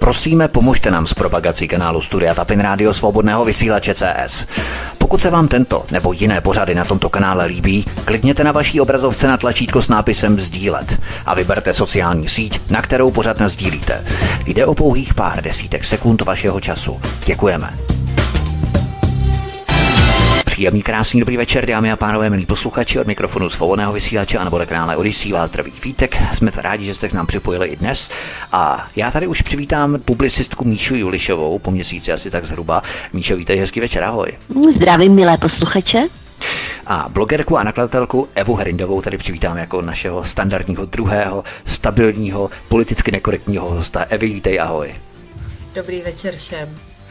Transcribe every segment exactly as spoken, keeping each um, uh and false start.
Prosíme, pomožte nám s propagací kanálu Studia Tapin Rádio Svobodného vysílače C S. Pokud se vám tento nebo jiné pořady na tomto kanále líbí, klikněte na vaší obrazovce na tlačítko s nápisem sdílet a vyberte sociální síť, na kterou pořad nasdílíte. Jde o pouhých pár desítek sekund vašeho času. Děkujeme. Příjemný, krásný, dobrý večer, dámy a pánové, milí posluchači, od mikrofonu Svobodného vysílače a nebo na kanále Odyssey vás zdraví Vítek. Jsme rádi, že jste k nám připojili i dnes. A já tady už přivítám publicistku Míšu Julišovou, po měsíci asi tak zhruba. Míšo, vítej, hezký večer, ahoj. Zdravím, milé posluchače. A blogerku a nakladatelku Evu Herindovou tady přivítám jako našeho standardního druhého, stabilního, politicky nekorektního hosta. Evi, vítej, ahoj. Dobrý večer všem.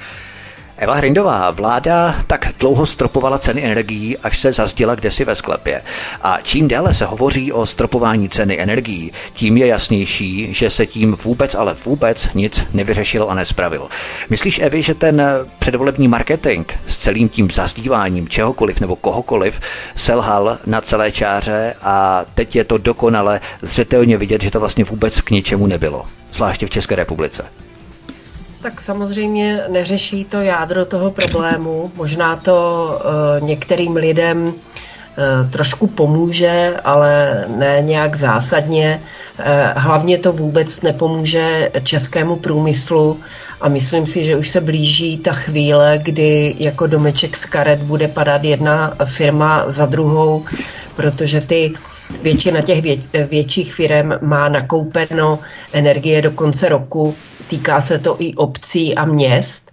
Eva Herindová, vláda tak dlouho stropovala ceny energií, až se zazděla kdesi ve sklepě. A čím déle se hovoří o stropování ceny energií, tím je jasnější, že se tím vůbec, ale vůbec nic nevyřešilo a nespravilo. Myslíš, Evi, že ten předvolební marketing s celým tím zazdíváním čehokoliv nebo kohokoliv selhal na celé čáře a teď je to dokonale zřetelně vidět, že to vlastně vůbec k ničemu nebylo, zvláště v České republice? Tak samozřejmě neřeší to jádro toho problému. Možná to uh, některým lidem uh, trošku pomůže, ale ne nějak zásadně. Uh, hlavně to vůbec nepomůže českému průmyslu a myslím si, že už se blíží ta chvíle, kdy jako domeček z karet bude padat jedna firma za druhou, protože ty většina těch vě, větších firm má nakoupeno energie do konce roku. Týká se to i obcí a měst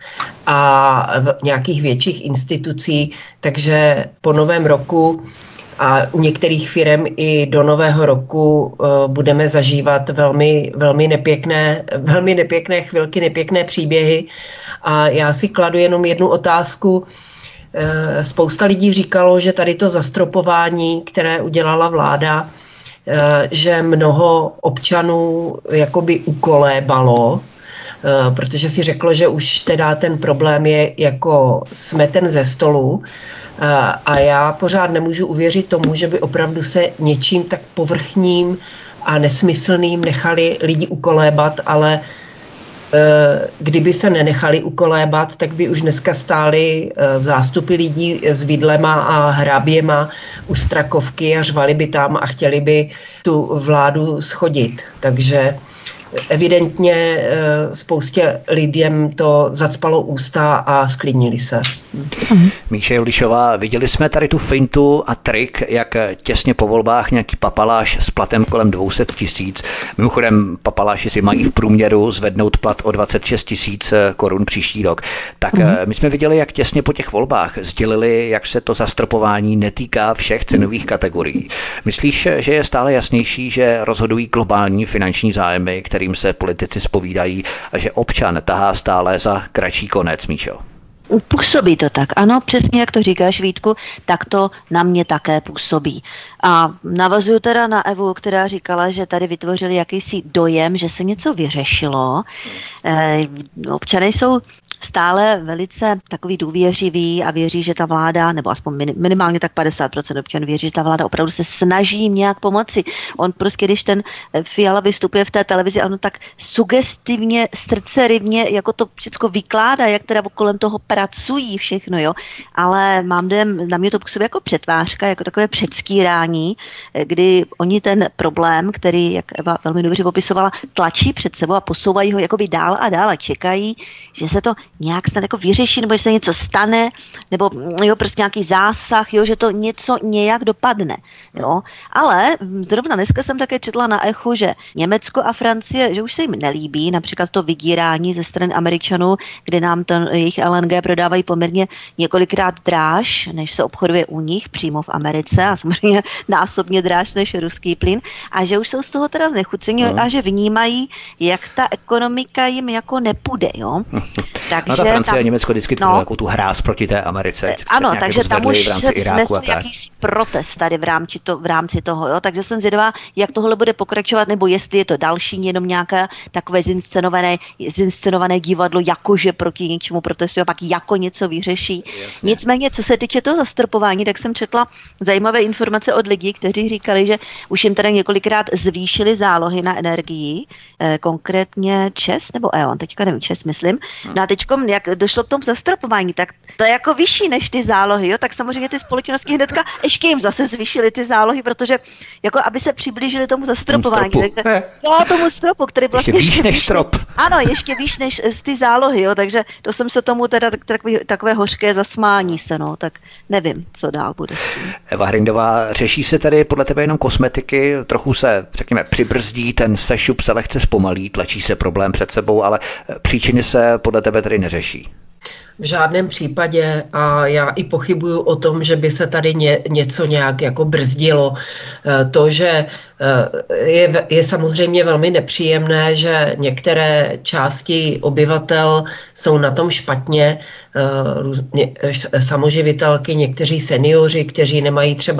a nějakých větších institucí, takže po novém roku a u některých firm i do nového roku uh, budeme zažívat velmi, velmi nepěkné, velmi nepěkné chvilky, nepěkné příběhy. A já si kladu jenom jednu otázku. Uh, spousta lidí říkalo, že tady to zastropování, které udělala vláda, uh, že mnoho občanů jakoby ukolébalo, protože si řeklo, že už teda ten problém je jako smeten ze stolu a já pořád nemůžu uvěřit tomu, že by opravdu se něčím tak povrchním a nesmyslným nechali lidi ukolébat, ale kdyby se nenechali ukolébat, tak by už dneska stály zástupy lidí s vidlema a hraběma u Strakovky a řvali by tam a chtěli by tu vládu schodit. Takže evidentně spoustě lidem to zacpalo ústa a sklidnili se. Míše Julišová, viděli jsme tady tu fintu a trik, jak těsně po volbách nějaký papaláš s platem kolem dvě stě tisíc. Mimochodem papaláši si mají v průměru zvednout plat o dvacet šest tisíc korun příští rok. Tak mm. my jsme viděli, jak těsně po těch volbách sdělili, jak se to zastropování netýká všech cenových kategorií. Myslíš, že je stále jasnější, že rozhodují globální finanční zájmy, kterým se politici zpovídají a že občan tahá stále za kratší konec, Míšo? Působí to tak, ano, přesně jak to říkáš, Vítku, tak to na mě také působí. A navazuju teda na Evu, která říkala, že tady vytvořili jakýsi dojem, že se něco vyřešilo. E, občané jsou stále velice takový důvěřivý a věří, že ta vláda, nebo aspoň minimálně tak padesát procent občanů věří, že ta vláda opravdu se snaží jim nějak pomoci. On prostě, když ten Fiala vystupuje v té televizi, ono tak sugestivně, srdcerivně, jako to všechno vykládá, jak teda kolem toho pracují všechno, jo. Ale mám dojem, na mě to působí jako přetvářka, jako takové předskírání, kdy oni ten problém, který, jak Eva velmi dobře popisovala, tlačí před sebou a posouvají ho jakoby dál a dál a čekají, že se to nějak snad jako vyřeší, nebo že se něco stane, nebo jo, prostě nějaký zásah, jo, že to něco nějak dopadne. Jo. Ale zrovna dneska jsem také četla na Echu, že Německo a Francie, že už se jim nelíbí například to vydírání ze strany Američanů, kde nám ten jejich L N G prodávají poměrně několikrát dráž, než se obchoduje u nich přímo v Americe a samozřejmě násobně dráž než ruský plyn, a že už jsou z toho teda znechucení no. a že vnímají, jak ta ekonomika jim jako nepůjde. Jo. Tak No ta Francie tam, a Německo vždycky tvořilo no, jako tu hráz proti té Americe. Ano, takže tam už v rámci Iráku a tak. Jakýsi protest tady v rámci, to, v rámci toho, jo? Takže jsem zvědavá, jak tohle bude pokračovat, nebo jestli je to další jenom nějaké takové zinscenované, zinscenované divadlo, jakože proti něčemu protestuje, a pak jako něco vyřeší. Jasně. Nicméně, co se týče toho zastropování, tak jsem četla zajímavé informace od lidí, kteří říkali, že už jim tady několikrát zvýšili zálohy na energii, eh, konkrétně ČES nebo E O N, teďka nevím, ČES myslím. No a teďkom, jak došlo k tomu zastropování, tak to je jako vyšší než ty zálohy, jo? Tak samozřejmě ty společnosti hnedka ještě jim zase zvýšily ty zálohy, protože jako aby se přiblížili tomu zastropování. Tomu stropu, no, tomu stropu, který byl ještě výš než strop. Ano, ještě výš než z ty zálohy, jo? Takže to jsem se tomu teda takové, takové hořké zasmání se, no, tak nevím, co dál bude. Eva Hrindová, řeší se tady podle tebe jenom kosmetiky, trochu se, řekněme, přibrzdí, ten sešup se lehce zpomalí, tlačí se problém před sebou, ale příčiny se podle tebe tady neřeší. V žádném případě a já i pochybuju o tom, že by se tady ně, něco nějak jako brzdilo. To, že je, je samozřejmě velmi nepříjemné, že některé části obyvatel jsou na tom špatně, samoživitelky, někteří seniori, kteří nemají třeba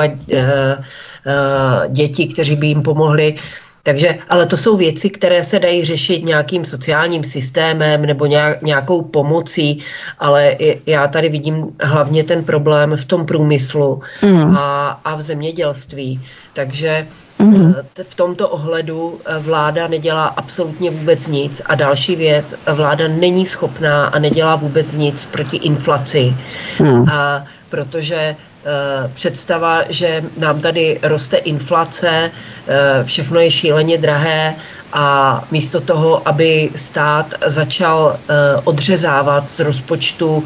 děti, kteří by jim pomohli. Takže, ale to jsou věci, které se dají řešit nějakým sociálním systémem nebo nějakou pomocí, ale já tady vidím hlavně ten problém v tom průmyslu mm. a, a v zemědělství. Takže mm. v tomto ohledu vláda nedělá absolutně vůbec nic a další věc, vláda není schopná a nedělá vůbec nic proti inflaci, mm. a protože představa, že nám tady roste inflace, všechno je šíleně drahé a místo toho, aby stát začal odřezávat z rozpočtu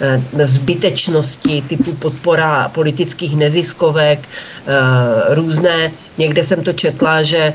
zbytečnosti typu podpora politických neziskovek, různé, někde jsem to četla, že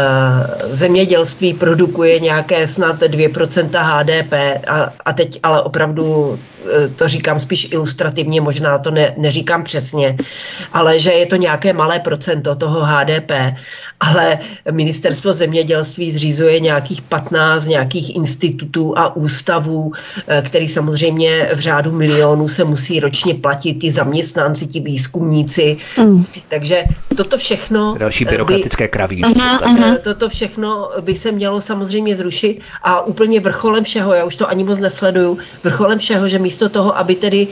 zemědělství produkuje nějaké snad dvě procenta H D P a, a teď ale opravdu to říkám spíš ilustrativně, možná to ne, neříkám přesně, ale že je to nějaké malé procento toho H D P, ale ministerstvo zemědělství zřizuje nějakých patnáct nějakých institutů a ústavů, který samozřejmě v řádu milionů se musí ročně platit, ty zaměstnanci, ti výzkumníci. Mm. Takže toto všechno... Další byrokratické kraví. Toto všechno by se mělo samozřejmě zrušit a úplně vrcholem všeho, já už to ani moc nesleduju, vrcholem všeho, že místo toho, aby tedy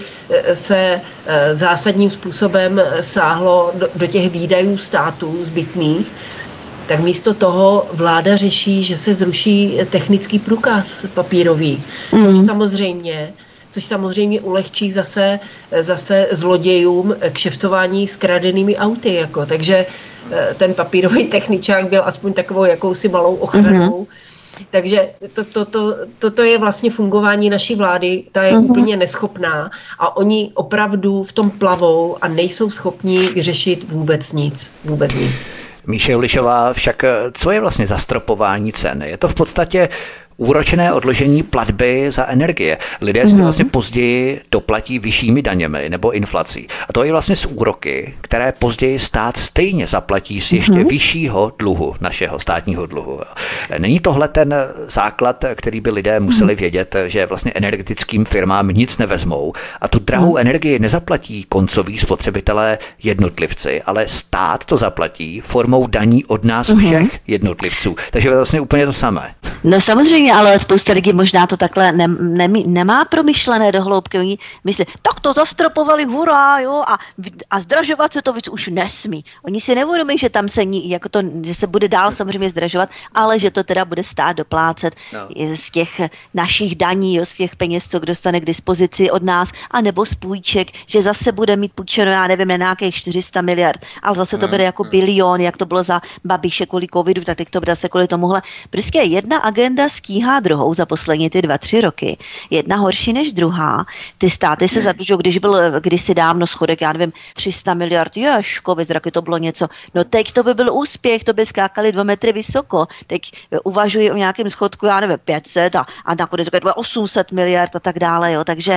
se zásadním způsobem sáhlo do, do těch výdajů států zbytných, tak místo toho vláda řeší, že se zruší technický průkaz papírový, mm. což samozřejmě což samozřejmě ulehčí zase, zase zlodějům kšeftování s kradenými auty. Jako. Takže ten papírový techničák byl aspoň takovou jakousi malou ochranou. Mm-hmm. Takže to, to, to, toto je vlastně fungování naší vlády, ta je mm-hmm. úplně neschopná a oni opravdu v tom plavou a nejsou schopni vyřešit vůbec nic. Vůbec nic. Míše Julišová, však co je vlastně zastropování cen? Je to v podstatě úročené odložení platby za energie. Lidé si to vlastně později doplatí vyššími daněmi nebo inflací. A to je vlastně z úroky, které později stát stejně zaplatí z ještě vyššího dluhu, našeho státního dluhu. Není tohle ten základ, který by lidé museli vědět, že vlastně energetickým firmám nic nevezmou a tu drahou energii nezaplatí koncoví spotřebitelé jednotlivci, ale stát to zaplatí formou daní od nás všech jednotlivců. Takže je vlastně úplně to samé. No samozřejmě, ale spousta lidí možná to takhle ne, ne, nemá promyšlené do hloubky. Oni myslí, tak to zastropovali, hurá, jo, a, a zdražovat se to víc už nesmí. Oni si neuvědomí, že tam se, jako to, že se bude dál samozřejmě zdražovat, ale že to teda bude stát doplácet no. z těch našich daní, jo, z těch peněz, co dostane k dispozici od nás, anebo z půjček, že zase bude mít půjčeno, já nevím, na nějakých čtyři sta miliard, ale zase to bude jako bilion, jak to bylo za Babiše kvůli covidu, tak teď to bude zase kvůli tomuhle. Prostě jedna agenda stíhá druhou za poslední ty dva, tři roky. Jedna horší než druhá. Ty státy se zadlužují, když byl kdysi dávno schodek, já nevím, tři sta miliard, ježko, ve zraky to bylo něco. No teď to by byl úspěch, to by skákali dva metry vysoko. Teď uvažují o nějakém schodku, já nevím, pět set a, a nakonec to bude osm set miliard a tak dále. Jo. Takže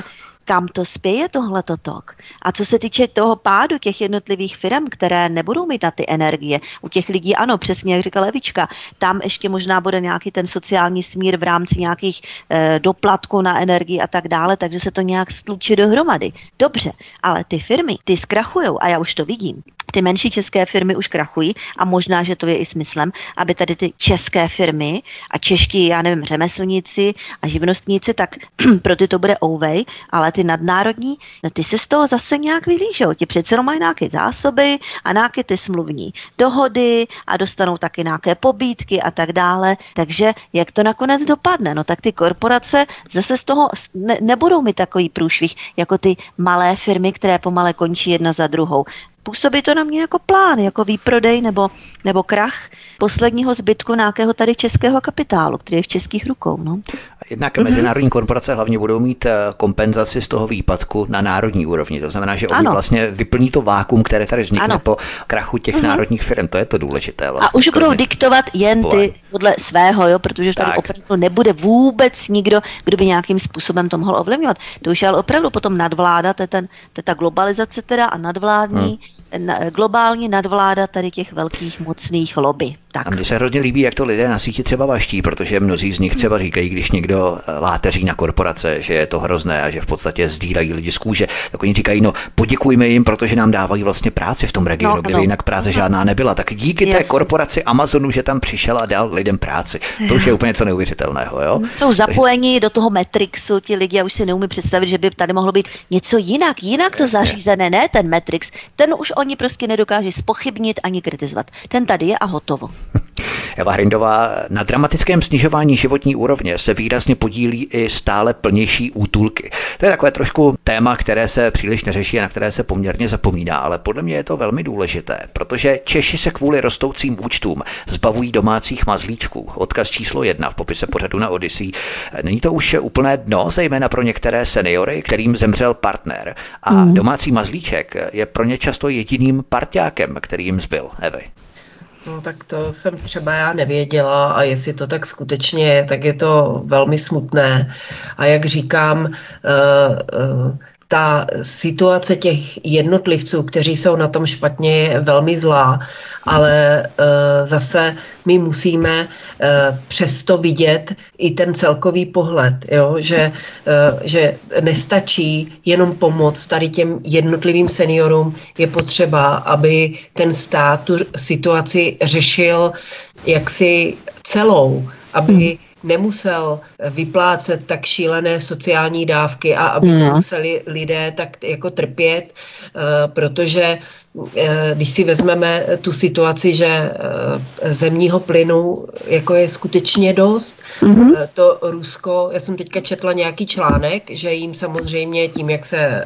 kam to spěje tohleto tok. A co se týče toho pádu těch jednotlivých firm, které nebudou mít na ty energie, u těch lidí ano, přesně jak říkala Evička, tam ještě možná bude nějaký ten sociální smír v rámci nějakých eh, doplatků na energii a tak dále, takže se to nějak stlučí dohromady. Dobře, ale ty firmy, ty zkrachujou a já už to vidím. Ty menší české firmy už krachují a možná, že to je i smyslem, aby tady ty české firmy a čeští, já nevím, řemeslníci a živnostníci, tak pro ty to bude ouvej, ale ty nadnárodní, ty se z toho zase nějak vylížou. Ti přece mají nějaké zásoby a nějaké ty smluvní dohody a dostanou taky nějaké pobídky a tak dále. Takže jak to nakonec dopadne? No tak ty korporace zase z toho ne, nebudou mít takový průšvih jako ty malé firmy, které pomale končí jedna za druhou. Působí to na mě jako plán, jako výprodej nebo, nebo krach posledního zbytku nějakého tady českého kapitálu, který je v českých rukou. No. Jednak mm-hmm. mezinárodní korporace hlavně budou mít kompenzaci z toho výpadku na národní úrovni. To znamená, že oni vlastně vyplní to vákuum, které tady vznikne ano. po krachu těch mm-hmm. národních firm. To je to důležité. Vlastně, a už budou diktovat jen ty podle svého, jo, protože tady tak. opravdu nebude vůbec nikdo, kdo by nějakým způsobem to mohl ovlivňovat. To už je ale opravdu potom nadvláda, to je, ten, to je ta globalizace teda a nadvládní, hmm. na, globální nadvláda tady těch velkých mocných lobby. Tak. A mně se hrozně líbí, jak to lidé na síti třeba vaští, protože mnozí z nich třeba říkají, když někdo láteří na korporace, že je to hrozné a že v podstatě sdírají lidi z kůže, tak oni říkají, no poděkujme jim, protože nám dávají vlastně práci v tom regionu, no, kde no. jinak práce žádná nebyla. Tak díky yes. té korporaci Amazonu, že tam přišel a dal lidem práci. To už je úplně něco neuvěřitelného. Jo? Jsou zapojeni Takže... do toho Matrixu ti lidi, já už si neumím představit, že by tady mohlo být něco jinak, jinak to Jasně. zařízené, ne ten Matrix. Ten už oni prostě nedokáží zpochybnit ani kritizovat. Ten tady je a hotovo. Eva Hrindová, na dramatickém snižování životní úrovně se výrazně podílí i stále plnější útulky. To je takové trošku téma, které se příliš neřeší a na které se poměrně zapomíná, ale podle mě je to velmi důležité, protože Češi se kvůli rostoucím účtům zbavují domácích mazlíčků. Odkaz číslo jedna v popise pořadu na Odyssey. Není to už úplné dno, zejména pro některé seniory, kterým zemřel partner. A mm. domácí mazlíček je pro ně často jediným parťákem, který jim zbyl. Evy. No tak to jsem třeba já nevěděla a jestli to tak skutečně je, tak je to velmi smutné. A jak říkám, uh, uh, ta situace těch jednotlivců, kteří jsou na tom špatně, je velmi zlá, ale uh, zase my musíme uh, přesto vidět i ten celkový pohled, jo? Že, uh, že nestačí jenom pomoct tady těm jednotlivým seniorům, je potřeba, aby ten stát tu situaci řešil jaksi celou, aby nemusel vyplácet tak šílené sociální dávky a aby no. museli lidé tak jako trpět, protože když si vezmeme tu situaci, že zemního plynu jako je skutečně dost, mm-hmm. to Rusko, já jsem teďka četla nějaký článek, že jim samozřejmě tím, jak se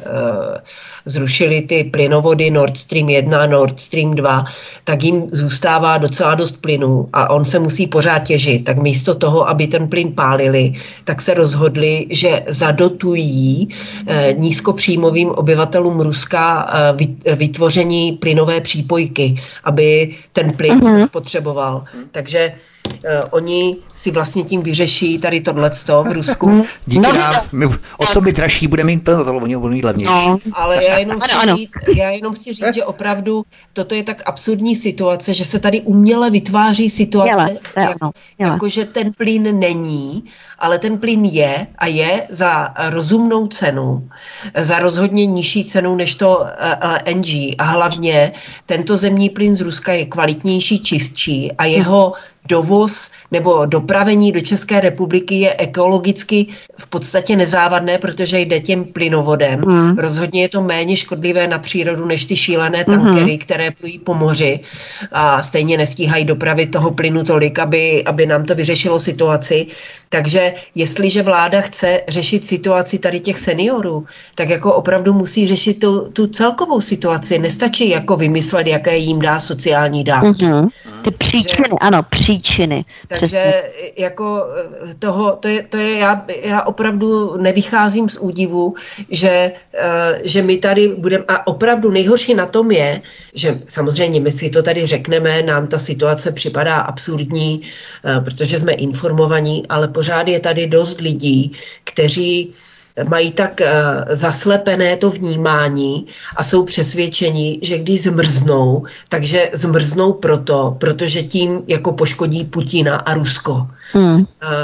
zrušily ty plynovody Nord Stream jedna, Nord Stream dva, tak jim zůstává docela dost plynu a on se musí pořád těžit. Tak místo toho, aby ten plyn pálili, tak se rozhodli, že zadotují nízkopříjmovým obyvatelům Ruska vytvoření plynové přípojky, aby ten plyn uh-huh. se spotřeboval. Takže uh, oni si vlastně tím vyřeší tady tohleto v Rusku. Díky no, nám, my, o co my dražší bude mít plyn, to oni budou mít levnější. No. Ale já jenom, chci ano, říct, ano. já jenom chci říct, že opravdu toto je tak absurdní situace, že se tady uměle vytváří situace, jela, jak, ano, jako že ten plyn není, ale ten plyn je a je za rozumnou cenu, za rozhodně nižší cenu než to L N G a hlavně tento zemní plyn z Ruska je kvalitnější, čistší a jeho dovoz nebo dopravení do České republiky je ekologicky v podstatě nezávadné, protože jde těm plynovodem. Mm. Rozhodně je to méně škodlivé na přírodu než ty šílené tankery, mm. které plují po moři a stejně nestíhají dopravit toho plynu tolik, aby, aby nám to vyřešilo situaci. Takže jestliže vláda chce řešit situaci tady těch seniorů, tak jako opravdu musí řešit tu, tu celkovou situaci. Nestačí jako vymyslet, jaké jim dá sociální dávky. Mm-hmm. Ty příčiny, že, ano, příčiny. Takže přesně. Jako toho, to je, to je já, já opravdu nevycházím z údivu, že, že my tady budeme, a opravdu nejhorší na tom je, že samozřejmě my si to tady řekneme, nám ta situace připadá absurdní, protože jsme informovaní, ale pořád je tady dost lidí, kteří mají tak zaslepené to vnímání a jsou přesvědčeni, že když zmrznou, takže zmrznou proto, protože tím jako poškodí Putina a Rusko. Hmm.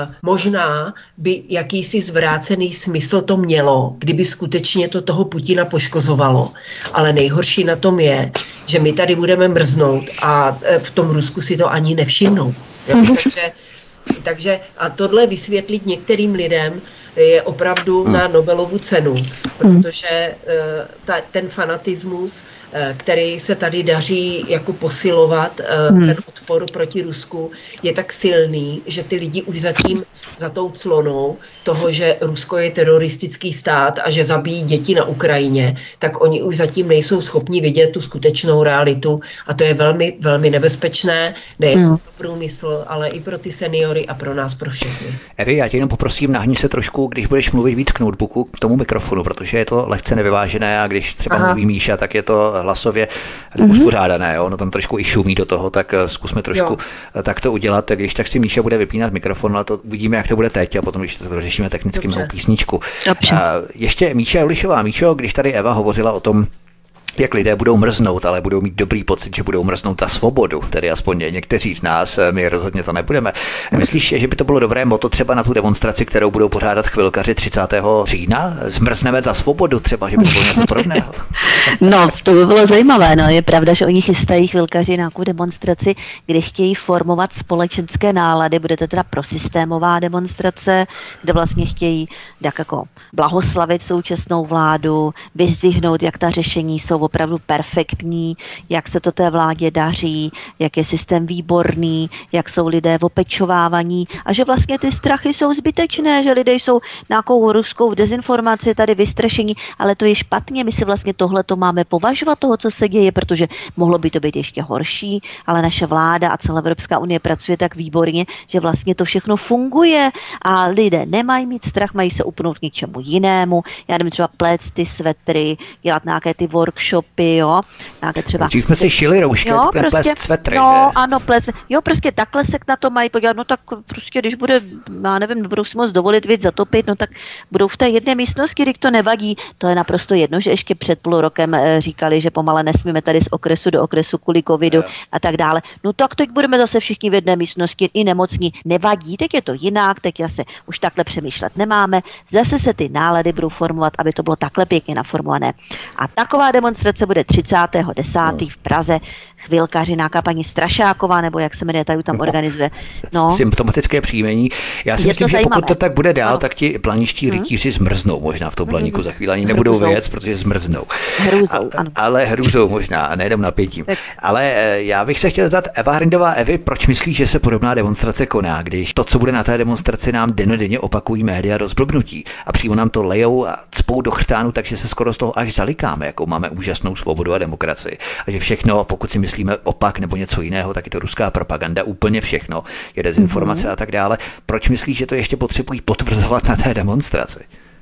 Možná by jakýsi zvrácený smysl to mělo, kdyby skutečně to toho Putina poškozovalo. Ale nejhorší na tom je, že my tady budeme mrznout a v tom Rusku si to ani nevšimnou. Hmm. Takže, takže a tohle vysvětlit některým lidem je opravdu na Nobelovu cenu, protože ta, ten fanatismus, který se tady daří jako posilovat, ten odpor proti Rusku, je tak silný, že ty lidi už zatím za tou clonou toho, že Rusko je teroristický stát a že zabíjí děti na Ukrajině, tak oni už zatím nejsou schopni vidět tu skutečnou realitu a to je velmi, velmi nebezpečné, nejen pro průmysl, ale i pro ty seniory a pro nás, pro všechny. Evi, já tě jenom poprosím, nahni se trošku, když budeš mluvit víc k notebooku, k tomu mikrofonu, protože je to lehce nevyvážené a když třeba Aha. mluví Míša, tak je to hlasově mm-hmm. uspořádané, jo? No tam trošku i šumí do toho, tak zkusme trošku jo. tak to udělat, když tak si Míša bude vypínat mikrofon, ale to uvidíme, jak to bude teď a potom, když to řešíme technicky malou písničku. A ještě Míša Julišová. Míšo, když tady Eva hovořila o tom, jak lidé budou mrznout, ale budou mít dobrý pocit, že budou mrznout na svobodu, tedy aspoň někteří z nás, my rozhodně to nebudeme. Myslíš, že by to bylo dobré moto třeba na tu demonstraci, kterou budou pořádat chvilkaři třicátého října? Zmrzneme za svobodu třeba, že by to bylo něco podobného? No, to by bylo zajímavé. No. Je pravda, že oni chystají chvilkaři nějakou demonstraci, kde chtějí formovat společenské nálady. Bude to teda prosystémová demonstrace, kde vlastně chtějí tak jako blahoslavit současnou vládu, vyzdvihnout, jak ta řešení jsou opravdu perfektní, jak se to té vládě daří, jak je systém výborný, jak jsou lidé opečovávaní a že vlastně ty strachy jsou zbytečné, že lidé jsou nějakou ruskou dezinformaci tady vystrašení, ale to je špatně, my si vlastně tohleto máme považovat toho, co se děje, protože mohlo by to být ještě horší, ale naše vláda a celá Evropská unie pracuje tak výborně, že vlastně to všechno funguje a lidé nemají mít strach, mají se upnout k něčemu jinému, já nevím, třeba plést ty svetry, dělat nějaké ty workshopy, jo, nějaké třeba... Dřív jsme si šili roušky, jo, prostě, plést svetry. No, ano, plést, jo, prostě takhle se na to mají podívat, no tak prostě, když bude, já nevím, budou si moc dovolit víc zatopit, no tak budou v té jedné místnosti, když to nevadí, to je naprosto jedno, že ještě před půl rokem říkali, že pomale nesmíme tady z okresu do okresu kvůli covidu no. a tak dále. No tak teď budeme zase všichni v jedné místnosti, i nemocní, nevadí, teď je to jinak, teď zase už takhle přemýšlet nemáme, zase se ty nálady budou formovat, aby to bylo takhle pěkně naformované. A taková demonstrace bude třicátého desátého v Praze. Chvilkaři, nějaká paní Strašáková, nebo jak se jmenuje, tady tam organizuje. No. Symptomatické příjmení. Já si je myslím, že zajímavé. Pokud to tak bude dál, no. tak ti planičtí rytíři hmm. zmrznou možná v tom planíku. Za chvíli ani nebudou věc, protože zmrznou. Hrůzou, ano. Ale hrůzou možná, a nejenom napětím. Tak. Ale já bych se chtěl zeptat, Eva Hrindová, Evi, proč myslíš, že se podobná demonstrace koná, když to, co bude na té demonstraci, nám dennodenně opakují média do zblbnutí a přímo nám to lejou a cpou do chrtánu, takže se skoro z toho až zalikáme, jakou máme úžasnou svobodu a demokracii. A že všechno, pokud si myslíme opak nebo něco jiného, tak je to ruská propaganda, úplně všechno, je dezinformace mm-hmm. a tak dále. Proč myslíš, že to ještě potřebují potvrzovat na té demonstraci?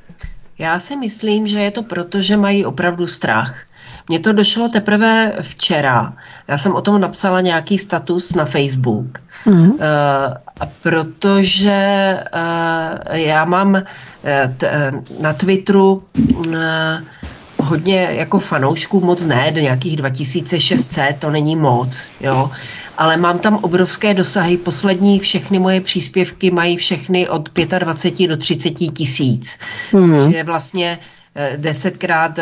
Já si myslím, že je to proto, že mají opravdu strach. Mně to došlo teprve včera. Já jsem o tom napsala nějaký status na Facebook, mm. uh, protože uh, já mám uh, t, na Twitteru uh, hodně jako fanoušků, moc ne, nějakých dva tisíce šest set, to není moc, jo. Ale mám tam obrovské dosahy, poslední všechny moje příspěvky mají všechny od dvacet pět do třicet tisíc, mm. což je vlastně desetkrát,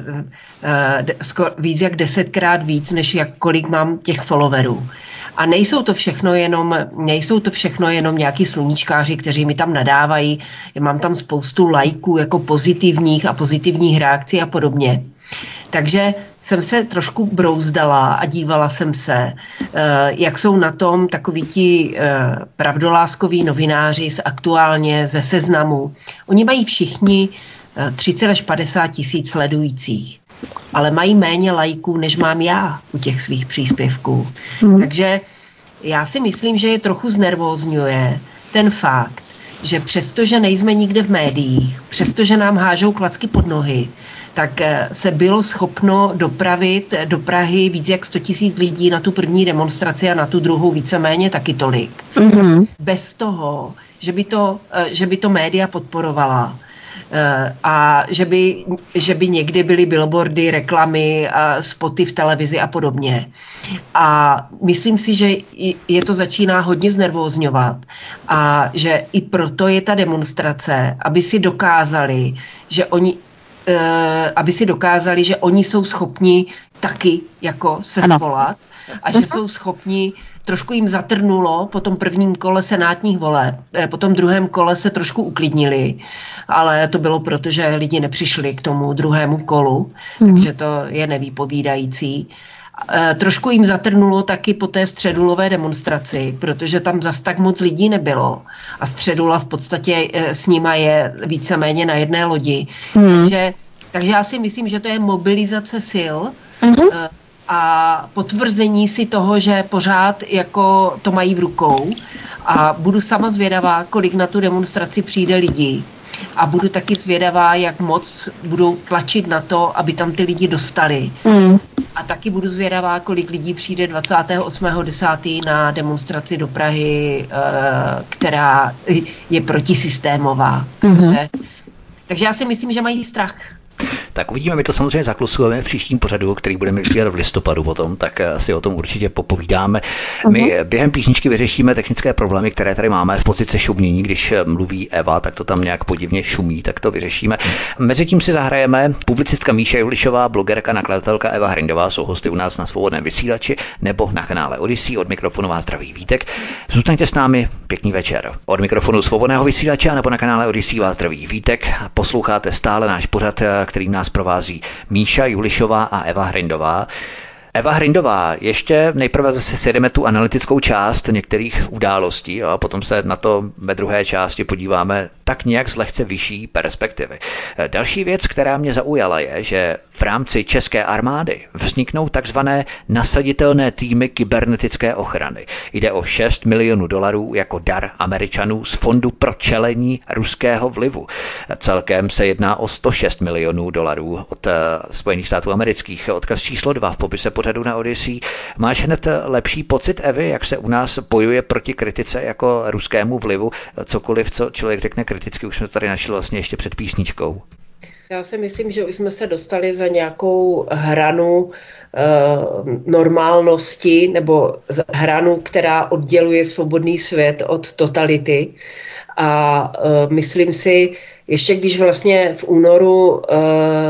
skoro víc jak desetkrát víc, než jak kolik mám těch followerů. A nejsou to všechno jenom, nejsou to všechno jenom nějaký sluníčkáři, kteří mi tam nadávají. Já mám tam spoustu lajků jako pozitivních a pozitivních reakcí a podobně. Takže jsem se trošku brouzdala a dívala jsem se, jak jsou na tom takoví ti pravdoláskoví novináři z Aktuálně, ze Seznamu. Oni mají všichni třicet až padesát tisíc sledujících, ale mají méně lajků, než mám já u těch svých příspěvků. Hmm. Takže já si myslím, že je trochu znervózňuje ten fakt, že přestože nejsme nikde v médiích, přestože nám hážou klacky pod nohy, tak se bylo schopno dopravit do Prahy víc jak sto tisíc lidí na tu první demonstraci a na tu druhou víceméně taky tolik. Mm-hmm. Bez toho, že by to, že by to média podporovala. a že by, že by někdy byly billboardy, reklamy, spoty v televizi a podobně. A myslím si, že je to začíná hodně znervózňovat a že i proto je ta demonstrace, aby si dokázali, že oni aby si dokázali, že oni jsou schopni taky jako se ano. svolat a že jsou schopni, trošku jim zatrnulo po tom prvním kole senátních voleb, po tom druhém kole se trošku uklidnili, ale to bylo proto, že lidi nepřišli k tomu druhému kolu, hmm. takže to je nevýpovídající. Trošku jim zatrnulo taky po té středulové demonstraci, protože tam zas tak moc lidí nebylo a středula v podstatě s nima je víceméně na jedné lodi. Hmm. Takže, takže já si myslím, že to je mobilizace sil hmm. a potvrzení si toho, že pořád jako to mají v rukou a budu sama zvědavá, kolik na tu demonstraci přijde lidí. A budu taky zvědavá, jak moc budou tlačit na to, aby tam ty lidi dostali. Mm. A taky budu zvědavá, kolik lidí přijde dvacátého osmého desátého na demonstraci do Prahy, která je protisystémová. Mm-hmm. Takže, takže já si myslím, že mají strach. Tak uvidíme, my to samozřejmě zaklusujeme v příštím pořadu, který budeme vysílat v listopadu potom, tak si o tom určitě popovídáme. Uh-huh. My během písničky vyřešíme technické problémy, které tady máme v pozici šumění, když mluví Eva, tak to tam nějak podivně šumí, tak to vyřešíme. Mezitím si zahrajeme publicistka Míša Julišová, blogerka, nakladatelka Eva Hrindová, jsou hosty u nás na Svobodném vysílači nebo na kanále Odyssey. Od mikrofonu vás zdraví Vítek. Zůstaňte s námi, pěkný večer. Od mikrofonu Svobodného vysílače nebo na kanále Odyssey vás zdraví Vítek. Posloucháte stále náš pořad, kterým nás provází Míša Julišová a Eva Hrindová. Eva Hrindová, ještě nejprve zase sjedeme tu analytickou část některých událostí a potom se na to ve druhé části podíváme tak nějak z lehce vyšší perspektivy. Další věc, která mě zaujala, je, že v rámci české armády vzniknou takzvané nasaditelné týmy kybernetické ochrany. Jde o šest milionů dolarů jako dar Američanů z Fondu pro čelení ruského vlivu. Celkem se jedná o sto šest milionů dolarů od Spojených států amerických. Odkaz číslo dva v popise pořadu na Odyssey. Máš hned lepší pocit, Evi, jak se u nás bojuje proti kritice jako ruskému vlivu? Cokoliv, co člověk řekne kriticky, už jsme to tady našli vlastně ještě před písničkou. Já si myslím, že už jsme se dostali za nějakou hranu e, normálnosti nebo hranu, která odděluje svobodný svět od totality. A e, myslím si, ještě když vlastně v únoru e,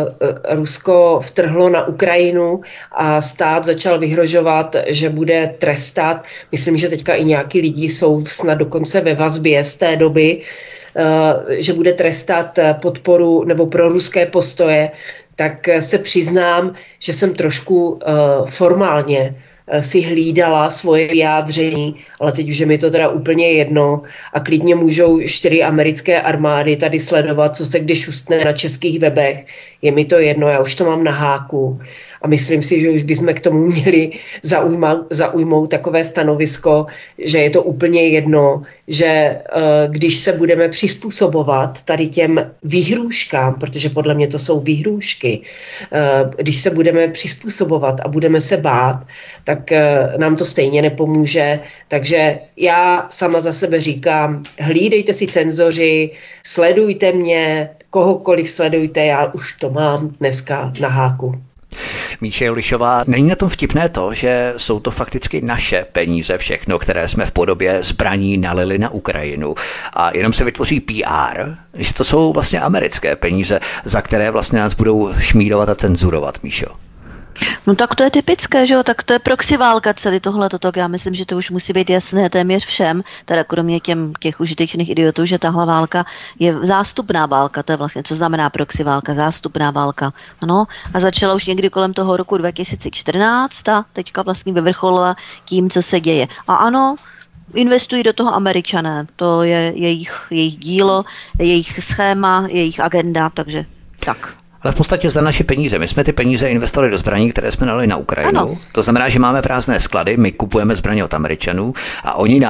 Rusko vtrhlo na Ukrajinu a stát začal vyhrožovat, že bude trestat, myslím, že teďka i nějaký lidi jsou snad dokonce ve vazbě z té doby, e, že bude trestat podporu nebo proruské postoje, tak se přiznám, že jsem trošku e, formálně si hlídala svoje vyjádření, ale teď už je mi to teda úplně jedno a klidně můžou čtyři americké armády tady sledovat, co se kdy šustne na českých webech. Je mi to jedno, já už to mám na háku a myslím si, že už bychom k tomu měli zaujma, zaujmout takové stanovisko, že je to úplně jedno, že když se budeme přizpůsobovat tady těm výhrůžkám, protože podle mě to jsou výhrůžky, když se budeme přizpůsobovat a budeme se bát, tak nám to stejně nepomůže. Takže já sama za sebe říkám, hlídejte si cenzoři, sledujte mě, kohokoliv sledujte, já už to mám dneska na háku. Míša Julišová, není na tom vtipné to, že jsou to fakticky naše peníze všechno, které jsme v podobě zbraní nalili na Ukrajinu a jenom se vytvoří P R, že to jsou vlastně americké peníze, za které vlastně nás budou šmírovat a cenzurovat, Míšo? No tak to je typické, že jo, tak to je proxy válka celý tohle toto. Já myslím, že to už musí být jasné téměř všem, teda kromě těm, těch užitečných idiotů, že tahle válka je zástupná válka, to je vlastně, co znamená proxy válka, zástupná válka, ano, a začala už někdy kolem toho roku dva tisíce čtrnáct a teďka vlastně vyvrcholila tím, co se děje. A ano, investují do toho Američané, to je jejich, jejich dílo, jejich schéma, jejich agenda, takže tak. Ale v podstatě za naše peníze. My jsme ty peníze investovali do zbraní, které jsme dali na Ukrajinu. Ano. To znamená, že máme prázdné sklady, my kupujeme zbraně od Američanů a oni nám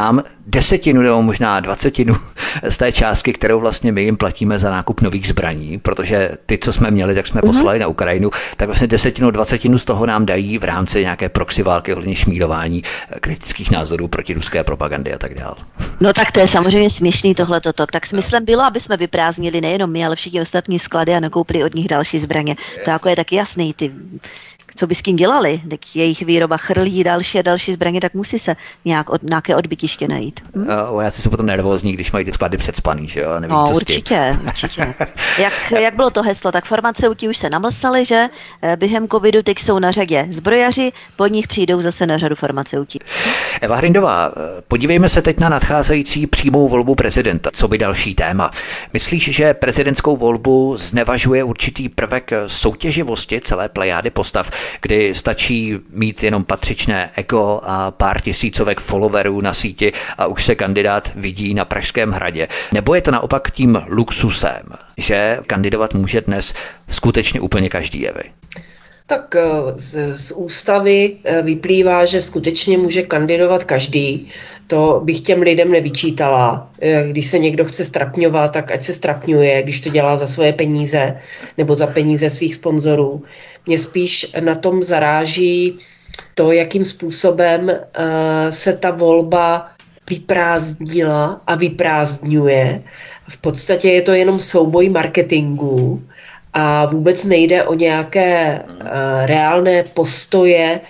desetinu nebo možná dvacetinu z té částky, kterou vlastně my jim platíme za nákup nových zbraní, protože ty, co jsme měli, tak jsme poslali mm-hmm. na Ukrajinu, tak vlastně desetinu, dvacetinu z toho nám dají v rámci nějaké proxy války ohledně šmírování kritických názorů proti ruské propagandy a tak dále. No tak to je samozřejmě směšný tohleto. Tak smyslem bylo, aby jsme vyprázdnili nejenom my, ale všichni ostatní sklady a nakoupili od nich další zbraně. Yes. To jako je tak jasný. Ty, co by s tím dělali? Tak jejich výroba chrlí další a další zbraně, tak musí se nějak od, nějaké odbytiště najít. Hm? Uh, já si jsou potom nervózní, když mají ty sklady předspaný, že jo? Nevím, no co určitě, určitě. Jak, jak bylo to heslo? Tak farmaceuti už se namlsali, že během covidu teď jsou na řadě zbrojaři, po nich přijdou zase na řadu farmaceuti. Eva Hrindová, podívejme se teď na nadcházející přímou volbu prezidenta. Co by další téma? Myslíš, že prezidentskou volbu znevažuje určitý prvek soutěživosti celé plejády postav, kdy stačí mít jenom patřičné ego a pár tisícovek followerů na síti a už se kandidát vidí na Pražském hradě? Nebo je to naopak tím luxusem, že kandidovat může dnes skutečně úplně každý, Evy? Tak z, z ústavy vyplývá, že skutečně může kandidovat každý. To bych těm lidem nevyčítala. Když se někdo chce strapňovat, tak ať se strapňuje, když to dělá za svoje peníze nebo za peníze svých sponzorů. Mě spíš na tom zaráží to, jakým způsobem uh, se ta volba vyprázdnila a vyprázdňuje. V podstatě je to jenom souboj marketingu a vůbec nejde o nějaké uh, reálné postoje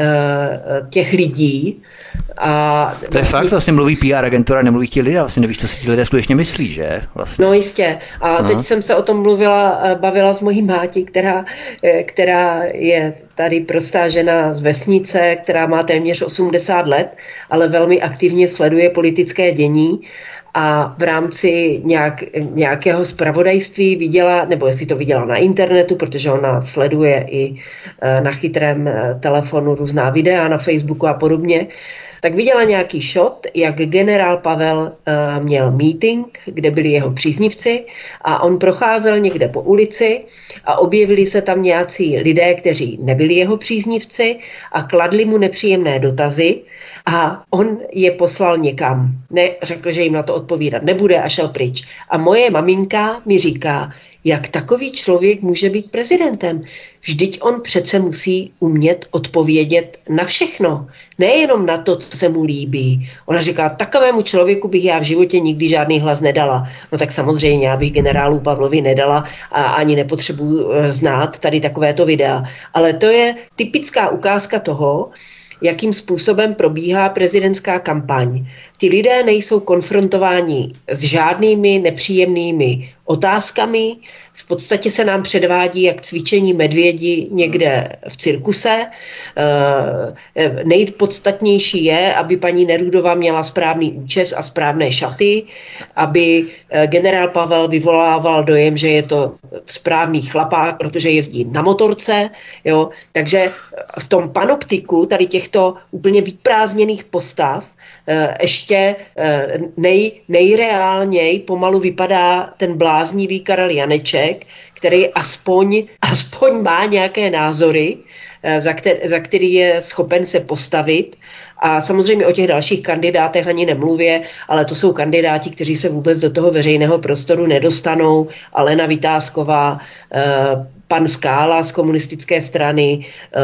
uh, těch lidí. A to je fakt, vlastně mluví P R agentura, nemluví ti lidé, vlastně nevíš, co si ti lidé skutečně myslí, že? Vlastně. No jistě. A Aha. teď jsem se o tom mluvila, bavila s mojí máti, která, která je tady prostá žena z vesnice, která má téměř osmdesát let, ale velmi aktivně sleduje politické dění. A v rámci nějak, nějakého zpravodajství viděla, nebo jestli to viděla na internetu, protože ona sleduje i na chytrém telefonu různá videa na Facebooku a podobně, tak viděla nějaký shot, jak generál Pavel uh, měl meeting, kde byli jeho příznivci a on procházel někde po ulici a objevili se tam nějací lidé, kteří nebyli jeho příznivci a kladli mu nepříjemné dotazy a on je poslal někam. Ne, řekl, že jim na to odpovídat nebude a šel pryč. A moje maminka mi říká, jak takový člověk může být prezidentem. Vždyť on přece musí umět odpovědět na všechno. Nejenom na to, co se mu líbí. Ona říká, takovému člověku bych já v životě nikdy žádný hlas nedala. No tak samozřejmě, já bych generálu Pavlovi nedala a ani nepotřebuji znát tady takovéto videa. Ale to je typická ukázka toho, jakým způsobem probíhá prezidentská kampaň. Ti lidé nejsou konfrontováni s žádnými nepříjemnými otázkami. V podstatě se nám předvádí jak cvičení medvědi někde v cirkuse. E, nejpodstatnější je, aby paní Nerudová měla správný účes a správné šaty, aby generál Pavel vyvolával dojem, že je to správný chlapák, protože jezdí na motorce. Jo? Takže v tom panoptiku tady těchto úplně vyprázdněných postav ještě nej, nejreálněji pomalu vypadá ten bláznivý Karel Janeček, který aspoň, aspoň má nějaké názory, za který, za který je schopen se postavit. A samozřejmě o těch dalších kandidátech ani nemluvě, ale to jsou kandidáti, kteří se vůbec do toho veřejného prostoru nedostanou. Alena Vitásková, pan Skála z komunistické strany,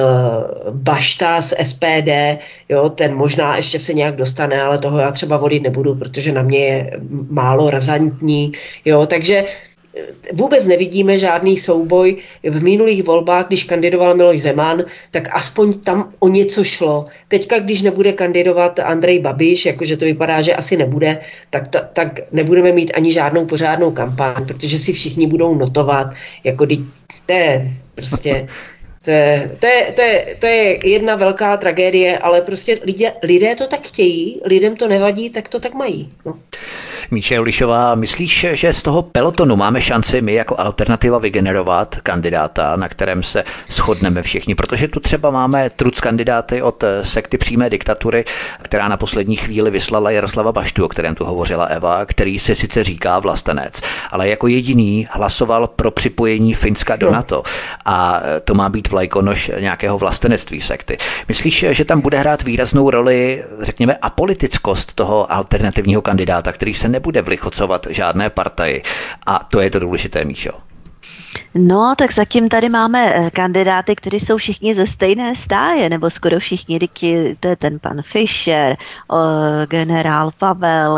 Bašta z S P D, jo, ten možná ještě se nějak dostane, ale toho já třeba volit nebudu, protože na mě je málo razantní. Jo, takže vůbec nevidíme žádný souboj. V minulých volbách, když kandidoval Miloš Zeman, tak aspoň tam o něco šlo. Teďka, když nebude kandidovat Andrej Babiš, jakože to vypadá, že asi nebude, tak, ta, tak nebudeme mít ani žádnou pořádnou kampaň, protože si všichni budou notovat, jako to je prostě... To je, to, je, to, je, to je jedna velká tragédie, ale prostě lidé, lidé to tak chtějí, lidem to nevadí, tak to tak mají. No. Míše Julišová, myslíš, že z toho pelotonu máme šanci my jako alternativa vygenerovat kandidáta, na kterém se shodneme všichni? Protože tu třeba máme truc kandidáty od sekty přímé diktatury, která na poslední chvíli vyslala Jaroslava Baštu, o kterém tu hovořila Eva, který se sice říká vlastenec, ale jako jediný hlasoval pro připojení Finska do NATO. A to má být vlajkonoš nějakého vlastenectví sekty. Myslíš, že tam bude hrát výraznou roli, řekněme, apolitickost toho alternativního kandidáta, který se nebude vlichocovat žádné partaji? A to je to důležité, Míšo. No, tak zatím tady máme kandidáty, kteří jsou všichni ze stejné stáje, nebo skoro všichni, to je ten pan Fischer, generál Pavel,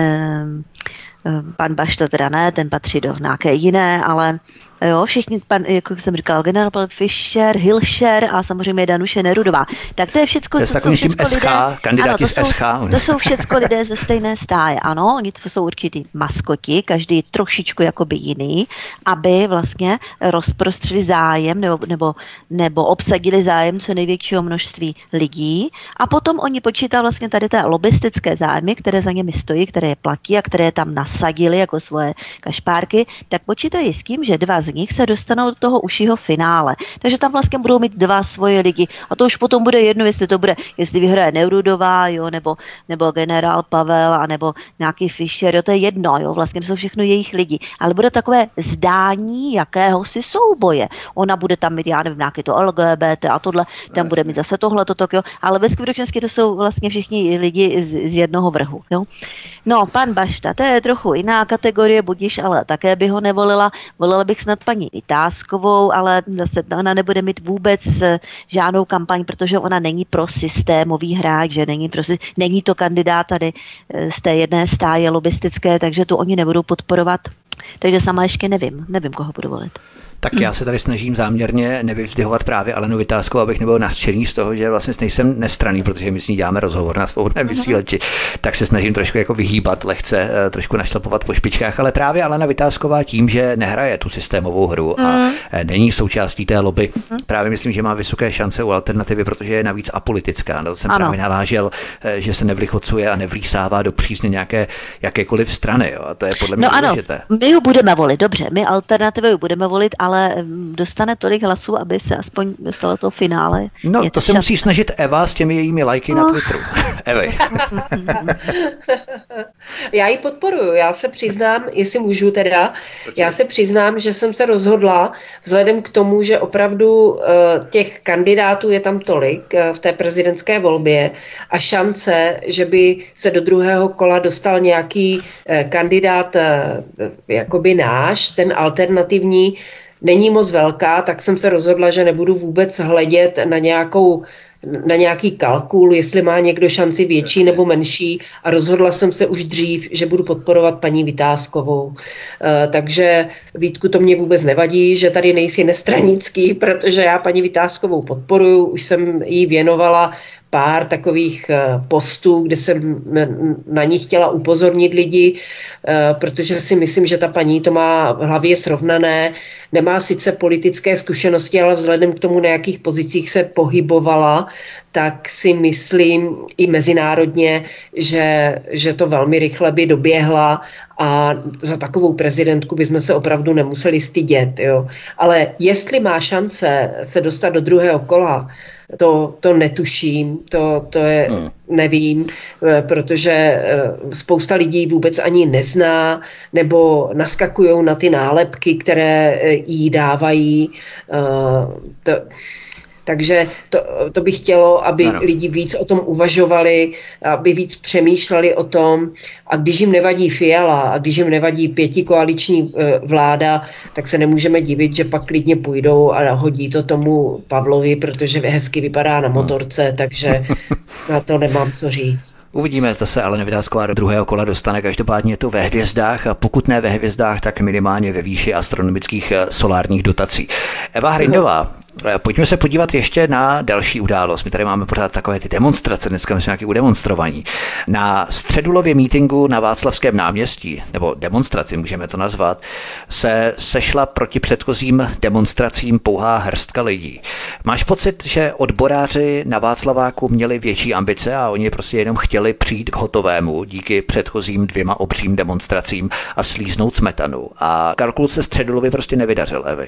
pan Bašta teda ne, ten patří do nějaké jiné, ale jo, všichni, pan, jako jsem říkal, generál Fischer, Hilšer a samozřejmě Danuše Nerudová. Tak to je všecko, to, to jsou všecko S H, lidé, kandidáti ano, z S H. To jsou všecko lidé ze stejné stáje, ano, oni to jsou určitý maskoti, každý trošičku jakoby jiný, aby vlastně rozprostřili zájem nebo, nebo, nebo obsadili zájem co největšího množství lidí a potom oni počítají vlastně tady té lobistické zájmy, které za nimi stojí, které je platí a které tam nasadili jako svoje kašpárky, tak počítají s tím, že dva z nich se dostanou do toho užšího finále. Takže tam vlastně budou mít dva svoje lidi. A to už potom bude jedno, jestli to bude, jestli vyhraje Nerudová, jo, nebo, nebo generál Pavel, a nebo nějaký Fischer, jo, to je jedno, jo, vlastně to jsou všechno jejich lidi. Ale bude takové zdání jakéhosi souboje. Ona bude tam mít, já nevím, nějaký to L G B T a tohle, tam bude mít zase tohle, toto, jo. Ale ve skutečnosti to jsou vlastně všichni lidi z, z jednoho vrhu, jo. No, pan Bašta, to je trochu jiná kategorie, budíš, ale také by ho nevolila. Volila bych snad paní Vitáskovou, ale zase ona nebude mít vůbec žádnou kampaň, protože ona není pro systémový hráč, že není, pro, není to kandidát tady z té jedné stáje lobistické, takže tu oni nebudou podporovat. Takže sama ještě nevím, nevím, koho budu volit. Tak já se tady snažím záměrně nevyvzdihovat právě Alenu Vitáskou, abych nebyl nařčený z toho, že vlastně nejsem nestranný, protože my s ní děláme rozhovor na svobodném vysílači, tak se snažím trošku jako vyhýbat lehce, trošku našlapovat po špičkách, ale právě Alena Vitásková tím, že nehraje tu systémovou hru a není součástí té lobby, právě myslím, že má vysoké šance u alternativy, protože je navíc apolitická. No, jsem ano. právě navážel, že se nevlichocuje a nevlísává do přízně nějaké jakékoliv strany, jo, a to je podle mě no důležité. Ano, my ho budeme volit, dobře, my alternativu budeme volit, ale ale dostane tolik hlasů, aby se aspoň dostalo to finále. No, to, to se musí snažit Eva s těmi jejími lajky no. na Twitteru. Evy. Já ji podporuju, já se přiznám, jestli můžu teda, já se přiznám, že jsem se rozhodla vzhledem k tomu, že opravdu těch kandidátů je tam tolik v té prezidentské volbě a šance, že by se do druhého kola dostal nějaký kandidát jakoby náš, ten alternativní, není moc velká, tak jsem se rozhodla, že nebudu vůbec hledět na nějakou na nějaký kalkul, jestli má někdo šanci větší nebo menší a rozhodla jsem se už dřív, že budu podporovat paní Vitáskovou. E, takže Vítku, to mě vůbec nevadí, že tady nejsi nestranický, protože já paní Vitáskovou podporuju, už jsem jí věnovala pár takových postů, kde jsem na ní chtěla upozornit lidi, protože si myslím, že ta paní to má v hlavě srovnané, nemá sice politické zkušenosti, ale vzhledem k tomu, na jakých pozicích se pohybovala, tak si myslím i mezinárodně, že, že to velmi rychle by doběhla a za takovou prezidentku bychom se opravdu nemuseli stydět. Jo. Ale jestli má šance se dostat do druhého kola, To, to netuším, to, to je, nevím, protože spousta lidí vůbec ani nezná nebo naskakujou na ty nálepky, které jí dávají. To, takže to, to bych chtělo, aby ano. lidi víc o tom uvažovali, aby víc přemýšleli o tom. A když jim nevadí Fiala a když jim nevadí pětikoaliční vláda, tak se nemůžeme divit, že pak klidně půjdou a hodí to tomu Pavlovi, protože hezky vypadá na motorce, takže na to nemám co říct. Uvidíme, zda se Alena Vitásková do druhého kola dostane. Každopádně je to ve hvězdách a pokud ne ve hvězdách, tak minimálně ve výši astronomických solárních dotací. Eva Hrindová, pojďme se podívat ještě na další událost. My tady máme pořád takové ty demonstrace, dneska jsme nějaké udemonstrovaní. Na středulově mítinku na Václavském náměstí, nebo demonstraci můžeme to nazvat, se sešla proti předchozím demonstracím pouhá hrstka lidí. Máš pocit, že odboráři na Václaváku měli větší ambice a oni prostě jenom chtěli přijít k hotovému díky předchozím dvěma obřím demonstracím a slíznout smetanu. A kalkul se středulově prostě nevydařil, Evy.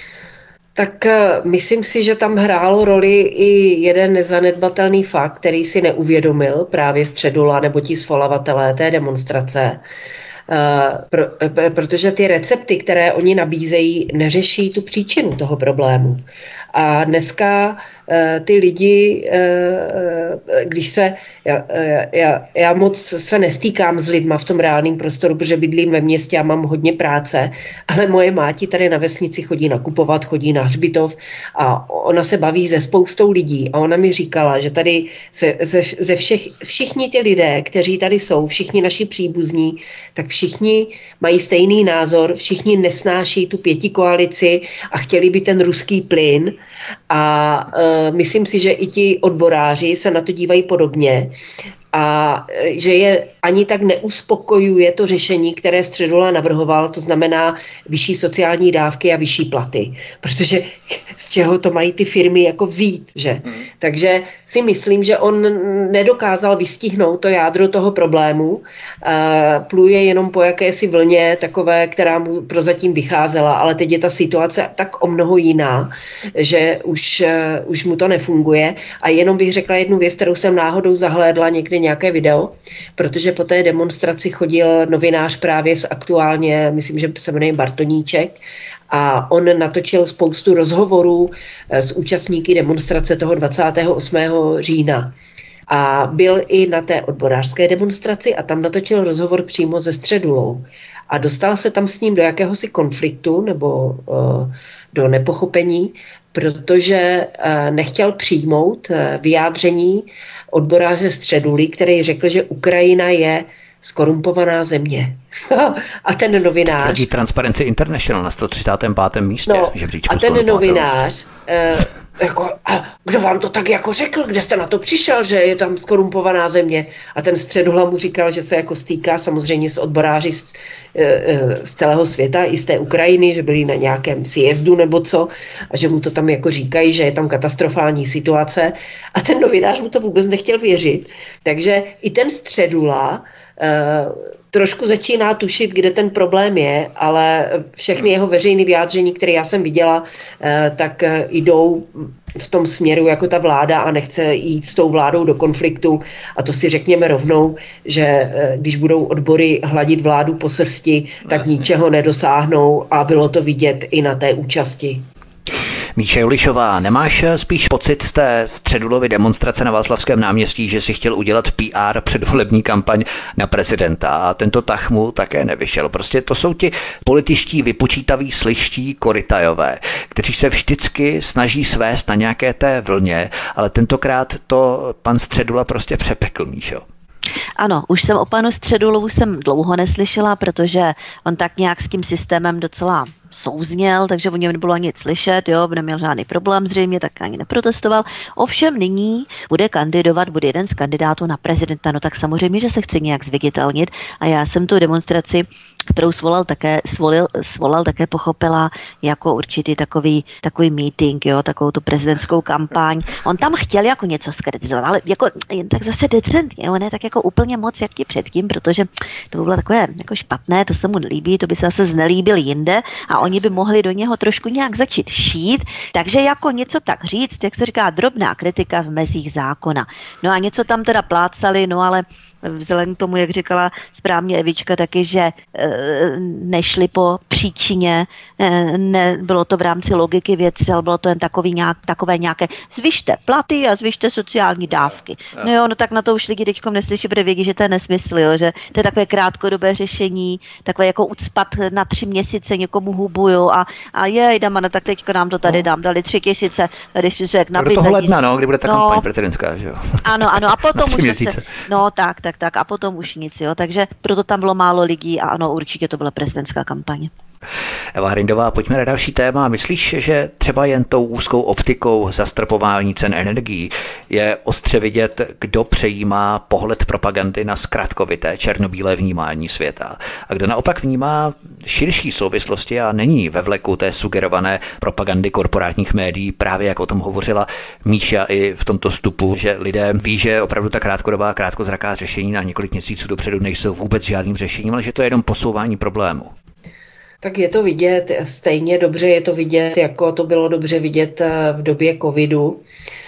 Tak myslím si, že tam hrálo roli i jeden nezanedbatelný fakt, který si neuvědomil právě Středula nebo ti svolavatelé té demonstrace. pro, protože ty recepty, které oni nabízejí, neřeší tu příčinu toho problému. A dneska ty lidi, když se, já, já, já moc se nestýkám s lidma v tom reálném prostoru, protože bydlím ve městě a mám hodně práce, ale moje máti tady na vesnici chodí nakupovat, chodí na hřbitov a ona se baví se spoustou lidí a ona mi říkala, že tady se, ze, ze všech, všichni ty lidé, kteří tady jsou, všichni naši příbuzní, tak všichni mají stejný názor, všichni nesnáší tu pětikoalici a chtěli by ten ruský plyn a uh, myslím si, že i ti odboráři se na to dívají podobně a že je ani tak neuspokojuje to řešení, které Středula navrhoval, to znamená vyšší sociální dávky a vyšší platy, protože z čeho to mají ty firmy jako vzít, že? Hmm. Takže si myslím, že on nedokázal vystihnout to jádro toho problému, uh, pluje jenom po jakési vlně takové, která mu prozatím vycházela, ale teď je ta situace tak o mnoho jiná, že už, uh, už mu to nefunguje a jenom bych řekla jednu věc, kterou jsem náhodou zahlédla někdy nějaké video, protože po té demonstraci chodil novinář právě z Aktuálně, myslím, že se jmenuje Bartoníček, a on natočil spoustu rozhovorů s účastníky demonstrace toho dvacátého osmého října. A byl i na té odborářské demonstraci a tam natočil rozhovor přímo se Středulou. A dostal se tam s ním do jakéhosi konfliktu nebo uh, do nepochopení, protože uh, nechtěl přijmout uh, vyjádření odboráře Středuly, který řekl, že Ukrajina je skorumpovaná země. A ten novinář... Tvrdí Transparency International na sto třicátém pátém místě. No, a ten novinář... Uh, jako, a kdo vám to tak jako řekl, kde jste na to přišel, že je tam skorumpovaná země? A ten Středula mu říkal, že se jako stýká samozřejmě s odboráři z, z celého světa, i z té Ukrajiny, že byli na nějakém sjezdu nebo co, a že mu to tam jako říkají, že je tam katastrofální situace. A ten novinář mu to vůbec nechtěl věřit. Takže i ten Středula uh, trošku začíná tušit, kde ten problém je, ale všechny jeho veřejné vyjádření, které já jsem viděla, tak jdou v tom směru jako ta vláda a nechce jít s tou vládou do konfliktu. A to si řekněme rovnou, že když budou odbory hladit vládu po srsti, tak Jasně. ničeho nedosáhnou a bylo to vidět i na té účasti. Míša Julišová, nemáš spíš pocit z té Středulovy demonstrace na Václavském náměstí, že si chtěl udělat P R předvolební kampaň na prezidenta a tento tah mu také nevyšel? Prostě to jsou ti političtí vypočítaví sliští korytajové, kteří se vždycky snaží svést na nějaké té vlně, ale tentokrát to pan Středula prostě přepekl, Míšo. Ano, už jsem o panu Středulovu jsem dlouho neslyšela, protože on tak nějak s tím systémem docela souzněl, takže o něm nebylo nic slyšet, jo, neměl žádný problém zřejmě, tak ani neprotestoval. Ovšem nyní bude kandidovat, bude jeden z kandidátů na prezidenta, no tak samozřejmě, že se chce nějak zviditelnit a já jsem tu demonstraci, kterou svolal také, svolil, svolal také pochopila jako určitý takový, takový meeting, jo, takovou tu prezidentskou kampaň. On tam chtěl jako něco skritizovat, ale jako jen tak zase decentně, ne tak jako úplně moc jak ti předtím, protože to by bylo takové jako špatné, to se mu nelíbí, to by se zase znelíbil jinde a oni by mohli do něho trošku nějak začít šít, takže jako něco tak říct, jak se říká, drobná kritika v mezích zákona. No a něco tam teda plácali, no ale vzhledem k tomu, jak říkala správně Evička taky, že e, nešli po příčině, e, ne, bylo to v rámci logiky věci, ale bylo to jen takový nějak, takové nějaké zvyšte platy a zvyšte sociální dávky. No jo, no tak na to už lidi teďkom neslyší, protože vědí, že to je nesmysl, jo, že to je takové krátkodobé řešení, takové jako ucpat na tři měsíce někomu hubu, jo, a, a jej, dama, no tak teďko nám to tady dám, dali tři tisíce, tady si řek nabít. Do toho ledna, no, kdy bude ta kampaň prezidentská, že jo. Ano, ano, a potom už se, no tak, tak, tak a potom už nic, jo, takže proto tam bylo málo lidí a ano, určitě to byla prezidentská kampaně. Eva Hrindová, pojďme na další téma. Myslíš, že třeba jen tou úzkou optikou zastropování cen energií je ostře vidět, kdo přejímá pohled propagandy na zkratkovité černobílé vnímání světa a kdo naopak vnímá širší souvislosti a není ve vleku té sugerované propagandy korporátních médií, právě jak o tom hovořila Míša i v tomto vstupu, že lidé ví, že opravdu ta krátkodobá, krátkozraká řešení na několik měsíců dopředu nejsou vůbec žádným řešením, ale že to je jenom posouvání problému. Tak je to vidět, stejně dobře je to vidět, jako to bylo dobře vidět v době covidu.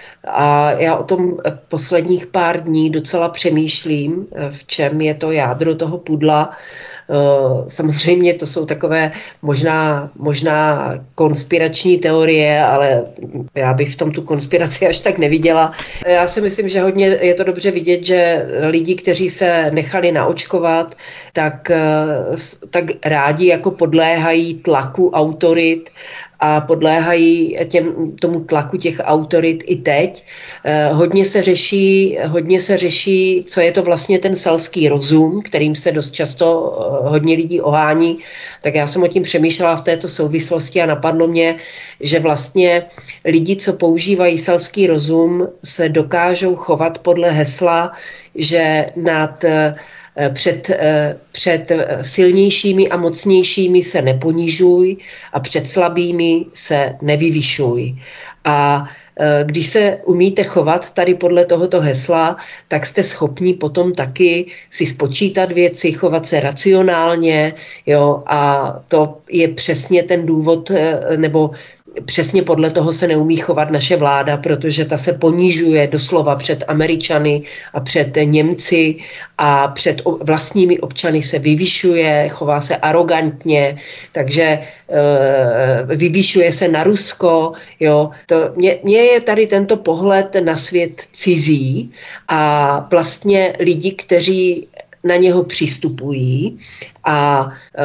A já o tom posledních pár dní docela přemýšlím, v čem je to jádro toho pudla. Samozřejmě to jsou takové možná, možná konspirační teorie, ale já bych v tom tu konspiraci až tak neviděla. Já si myslím, že hodně je to dobře vidět, že lidi, kteří se nechali naočkovat, tak, tak rádi jako podléhají tlaku autorit a podléhají těm, tomu tlaku těch autorit i teď. Eh, hodně se řeší, hodně se řeší, co je to vlastně ten selský rozum, kterým se dost často eh, hodně lidí ohání. Tak já jsem o tím přemýšlela v této souvislosti a napadlo mě, že vlastně lidi, co používají selský rozum, se dokážou chovat podle hesla, že nad Před, před silnějšími a mocnějšími se neponižuj a před slabými se nevyvyšuj. A když se umíte chovat tady podle tohoto hesla, tak jste schopni potom taky si spočítat věci, chovat se racionálně, jo, a to je přesně ten důvod, nebo přesně podle toho se neumí chovat naše vláda, protože ta se ponižuje doslova před Američany a před Němci a před vlastními občany se vyvyšuje, chová se arrogantně, takže e, vyvyšuje se na Rusko. Jo. To, mě, mě je tady tento pohled na svět cizí a vlastně lidi, kteří na něho přistupují a e,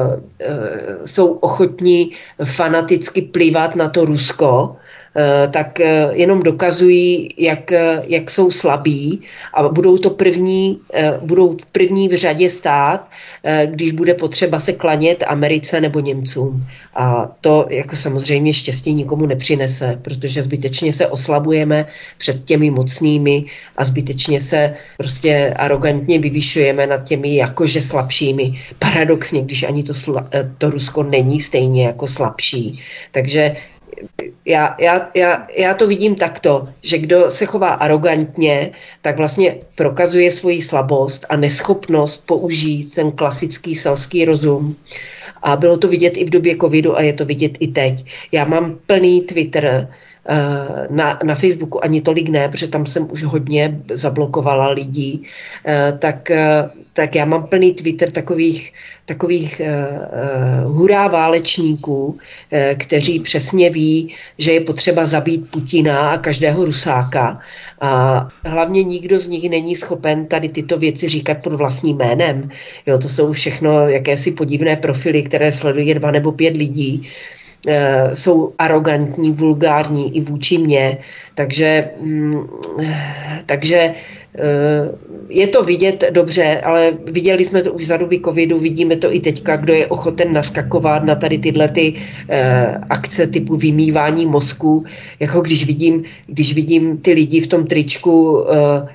e, jsou ochotní fanaticky plivat na to Rusko, e, tak e, jenom dokazují, jak, jak jsou slabí a budou to první, e, budou v první v řadě stát, e, když bude potřeba se klanět Americe nebo Němcům. A to jako samozřejmě štěstí nikomu nepřinese, protože zbytečně se oslabujeme před těmi mocnými a zbytečně se prostě arrogantně vyvyšujeme nad těmi jakože slabšími. Paradoxně, když ani to, to Rusko není stejně jako slabší. Takže já, já, já, já to vidím takto, že kdo se chová arrogantně, tak vlastně prokazuje svoji slabost a neschopnost použít ten klasický selský rozum. A bylo to vidět i v době covidu a je to vidět i teď. Já mám plný Twitter, Na, na Facebooku ani tolik ne, protože tam jsem už hodně zablokovala lidí, tak, tak já mám plný Twitter takových, takových uh, hurá válečníků, uh, kteří přesně ví, že je potřeba zabít Putina a každého Rusáka. A hlavně nikdo z nich není schopen tady tyto věci říkat pod vlastním jménem. Jo, to jsou všechno jakési podivné profily, které sleduje dva nebo pět lidí. Uh, jsou arrogantní, vulgární i vůči mně, takže, mm, takže uh, je to vidět dobře, ale viděli jsme to už za doby covidu, vidíme to i teďka, kdo je ochoten naskakovat na tady tyhle ty, uh, akce typu vymývání mozku, jako když vidím, když vidím ty lidi v tom tričku, uh, uh,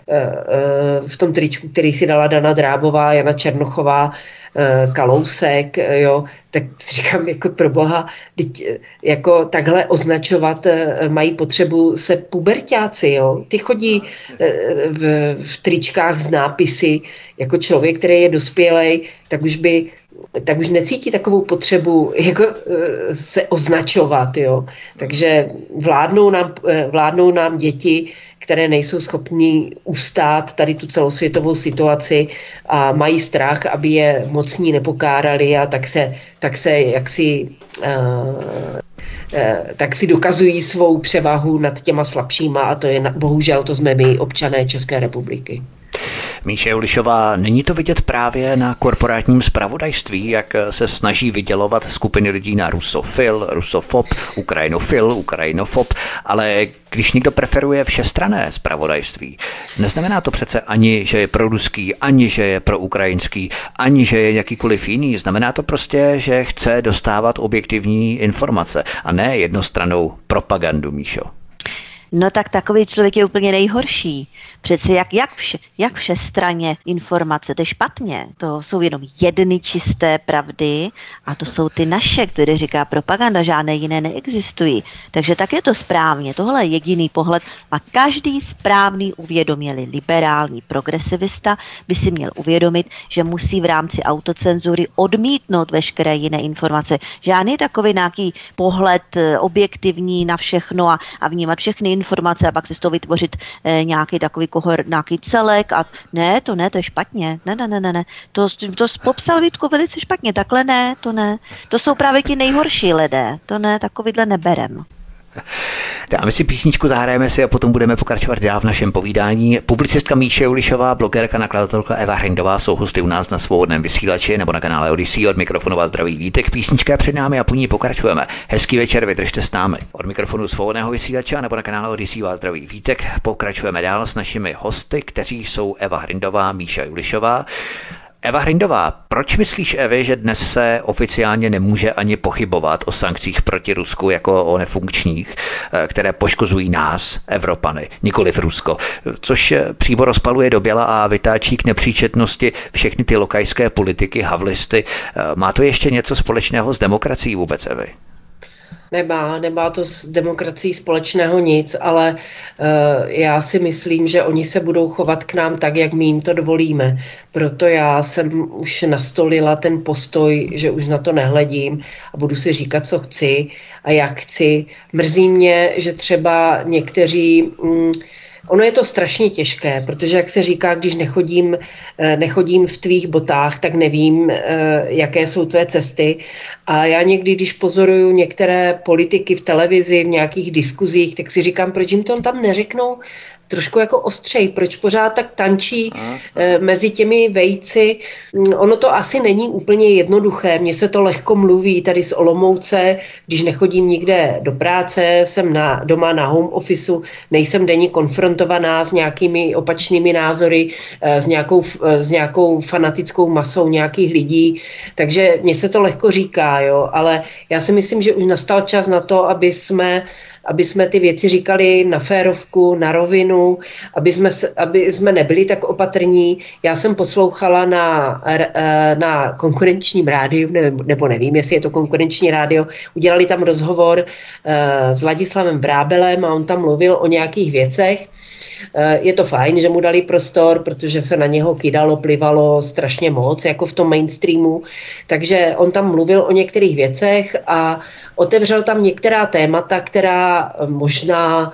uh, v tom tričku, který si dala Dana Drábová, Jana Černochová, Kalousek, jo, tak si říkám, jako pro boha, jako takhle označovat mají potřebu se puberťáci, jo. Ty chodí v, v tričkách z nápisy, jako člověk, který je dospělej, tak už by tak už necítí takovou potřebu jako se označovat, jo. Takže vládnou nám, vládnou nám děti, které nejsou schopní ustát tady tu celosvětovou situaci a mají strach, aby je mocní nepokárali a tak se, tak se jaksi uh, uh, tak si dokazují svou převahu nad těma slabšíma a to je bohužel to jsme my, občané České republiky. Míše Julišová, není to vidět právě na korporátním zpravodajství, jak se snaží vydělovat skupiny lidí na rusofil, rusofob, ukrajinofil, ukrajinofob, ale když někdo preferuje všestranné zpravodajství, neznamená to přece ani, že je pro ruský, ani že je pro ukrajinský, ani že je jakýkoliv jiný. Znamená to prostě, že chce dostávat objektivní informace a ne jednostrannou propagandu, Míšo. No tak takový člověk je úplně nejhorší. Přece jak, jak, vše, jak všestranně informace, to je špatně. To jsou jenom jedny čisté pravdy a to jsou ty naše, které říká propaganda, žádné jiné neexistují. Takže tak je to správně. Tohle je jediný pohled a každý správný uvědomělý liberální progresivista by si měl uvědomit, že musí v rámci autocenzury odmítnout veškeré jiné informace. Žádný takový nějaký pohled objektivní na všechno a, a vnímat všechny informace a pak si z toho vytvořit eh, nějaký takový kohor, nějaký celek a ne, to ne, to je špatně, ne, ne, ne, ne, ne. To, to popsal Vítku velice špatně, takhle ne, to ne, to jsou právě ti nejhorší lidé, to ne, takovýhle neberem. Dáme si písničku, zahrajeme si a potom budeme pokračovat dál v našem povídání. Publicistka Míše Julišová, blogerka, nakladatelka Eva Hrindová jsou hosty u nás na Svobodném vysílači nebo na kanále Odyssey. Od mikrofonu vás zdraví Vítek. Písnička je před námi a po ní pokračujeme. Hezký večer, vydržte s námi. Od mikrofonu Svobodného vysílače nebo na kanále Odyssey vás zdraví Vítek. Pokračujeme dál s našimi hosty, kteří jsou Eva Hrindová, Míša Julišová. Eva Hrindová, proč myslíš, Evi, že dnes se oficiálně nemůže ani pochybovat o sankcích proti Rusku jako o nefunkčních, které poškozují nás, Evropany, nikoliv Rusko, což přímo rozpaluje do běla a vytáčí k nepříčetnosti všechny ty lokajské politiky, havlisty. Má to ještě něco společného s demokracií vůbec, Evi? Nemá, nemá to s demokracií společného nic, ale uh, já si myslím, že oni se budou chovat k nám tak, jak my jim to dovolíme. Proto já jsem už nastolila ten postoj, že už na to nehledím a budu si říkat, co chci a jak chci. Mrzí mě, že třeba někteří... Mm, Ono je to strašně těžké, protože jak se říká, když nechodím, nechodím v tvých botách, tak nevím, jaké jsou tvé cesty. A já někdy, když pozoruju některé politiky v televizi, v nějakých diskuzích, tak si říkám, proč jim to tam neřeknou trošku jako ostřej, proč pořád tak tančí e, mezi těmi vejci. Ono to asi není úplně jednoduché, mně se to lehko mluví tady z Olomouce, když nechodím nikde do práce, jsem na, doma na home officeu, nejsem denně konfrontovaná s nějakými opačnými názory, e, s, nějakou, e, s nějakou fanatickou masou nějakých lidí, takže mně se to lehko říká, jo, ale já si myslím, že už nastal čas na to, aby jsme aby jsme ty věci říkali na férovku, na rovinu, aby jsme, aby jsme nebyli tak opatrní. Já jsem poslouchala na, na konkurenčním rádiu, nebo nevím, jestli je to konkurenční rádio, udělali tam rozhovor s Ladislavem Vrábelem a on tam mluvil o nějakých věcech. Je to fajn, že mu dali prostor, protože se na něho kydalo, plivalo strašně moc, jako v tom mainstreamu. Takže on tam mluvil o některých věcech a otevřel tam některá témata, která možná,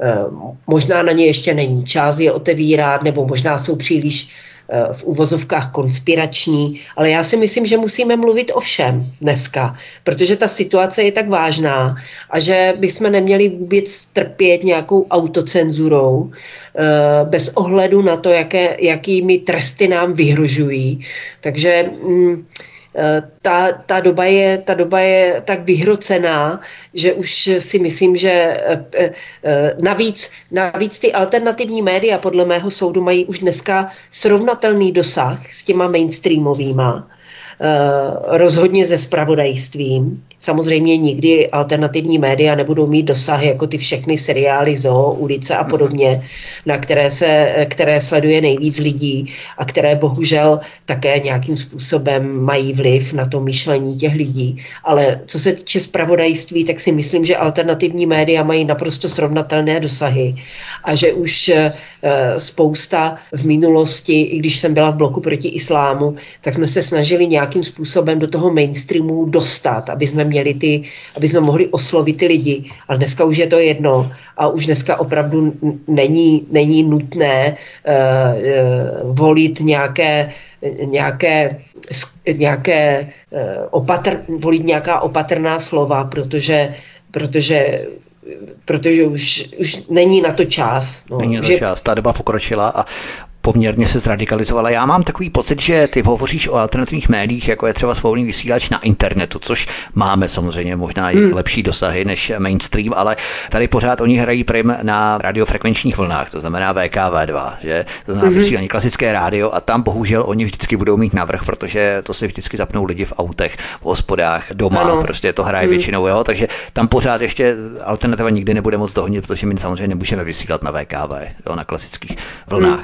možná na ně ještě není čas je otevírat, nebo možná jsou příliš v uvozovkách konspirační, ale já si myslím, že musíme mluvit o všem dneska, protože ta situace je tak vážná a že bychom neměli vůbec trpět nějakou autocenzurou bez ohledu na to, jaké, jakými tresty nám vyhrožují. Takže mm, Ta, ta, doba je, ta doba je tak vyhrocená, že už si myslím, že navíc, navíc ty alternativní média podle mého soudu mají už dneska srovnatelný dosah s těma mainstreamovýma. Rozhodně se zpravodajstvím. Samozřejmě nikdy alternativní média nebudou mít dosah jako ty všechny seriály Zoo, Ulice a podobně, na které, se, které sleduje nejvíc lidí a které bohužel také nějakým způsobem mají vliv na to myšlení těch lidí. Ale co se týče zpravodajství, tak si myslím, že alternativní média mají naprosto srovnatelné dosahy a že už spousta v minulosti, i když jsem byla v bloku proti islámu, tak jsme se snažili nějakým způsobem do toho mainstreamu dostat, aby jsme měli ty, aby jsme mohli oslovit ty lidi. Ale dneska už je to jedno a už dneska opravdu není, není nutné uh, uh, volit nějaké, nějaké, nějaké uh, opatr, volit nějaká opatrná slova, protože, protože protože už, už není na to čas. No, není na to že... čas, ta doba pokročila a poměrně se zradikalizovala. Já mám takový pocit, že ty hovoříš o alternativních médiích, jako je třeba Svobodný vysílač na internetu, což máme samozřejmě možná i hmm. lepší dosahy než mainstream, ale tady pořád oni hrají prim na radiofrekvenčních vlnách, to znamená V K V dva, že? To znamená hmm. vysílání klasické rádio a tam bohužel oni vždycky budou mít navrch, protože to si vždycky zapnou lidi v autech, v hospodách, doma, ano. Prostě to hraje hmm. většinou, jo? Takže tam pořád ještě alternativa nikdy nebude moc dohonit, protože my samozřejmě nemůžeme vysílat na V K V, jo? Na klasických vlnách. Hmm.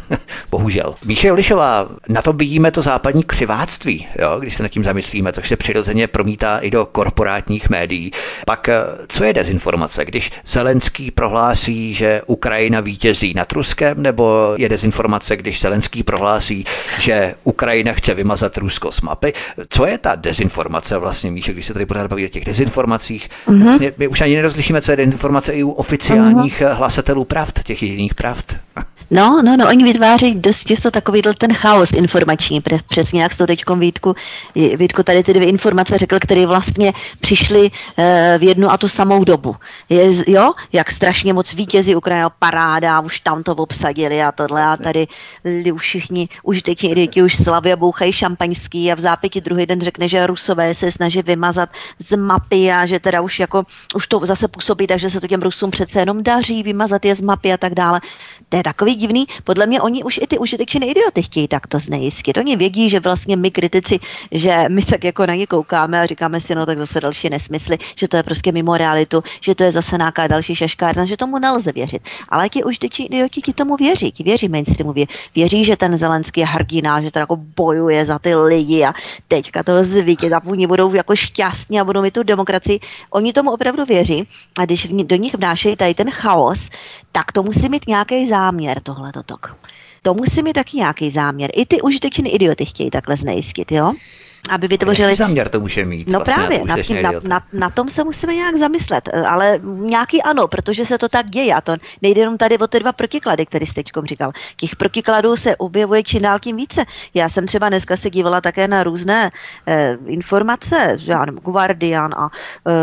Bohužel. Míše Jolišová, na to vidíme to západní křiváctví, jo? Když se nad tím zamyslíme, to se přirozeně promítá i do korporátních médií. Pak co je dezinformace? Když Zelenský prohlásí, že Ukrajina vítězí nad Ruskem, nebo je dezinformace, když Zelenský prohlásí, že Ukrajina chce vymazat Rusko z mapy? Co je ta dezinformace vlastně, Míše, když se tady pořád baví o těch dezinformacích? Mm-hmm. Vlastně my už ani nerozlišíme, co je dezinformace i u oficiálních mm-hmm. hlasatelů pravd, těch jediných pravd. No, no, no, oni vytváří dost často takový ten chaos informační, přesně jak jsi to teďkom Vítku, Vítku tady ty dvě informace řekl, které vlastně přišly e, v jednu a tu samou dobu. Je, jo, jak strašně moc vítězí Ukrajina, paráda, už tam to obsadili a tohle a tady už všichni, už teď idioti už slavě bouchají šampaňský a v zápěti druhý den řekne, že Rusové se snaží vymazat z mapy a že teda už jako, už to zase působí, takže se to těm Rusům přece jenom daří vymazat je z mapy a tak dále. To je takový divný. Podle mě oni už i ty užitečné idioty chtějí takto znejistit. Oni vědí, že vlastně my kritici, že my tak jako na ně koukáme a říkáme si, no tak zase další nesmysly, že to je prostě mimo realitu, že to je zase nějaká další šaškárna, že tomu nelze věřit. Ale ti užiteční idioti ti tomu věří, ti věří mainstreamu, věří, že ten Zelenský je hrdina, že to jako bojuje za ty lidi a teďka toho zvítězí a oni budou jako šťastní a budou mít tu demokracii. Oni tomu opravdu věří a když do nich vnášejí tady ten chaos, tak to musí mít nějaký záměr, tohle tok. To musí mít taky nějaký záměr. I ty užitečný idioty chtějí takhle znejistit, jo? Aby vytvořili... Jaký záměr to může mít? No vlastně právě, na, tím, na, na, na tom se musíme nějak zamyslet, ale nějaký ano, protože se to tak děje a to nejde jenom tady o ty dva protiklady, který jsi teďkom říkal. Těch protikladů se objevuje čím dál tím více. Já jsem třeba dneska se dívala také na různé eh, informace, já nevím, Guardian a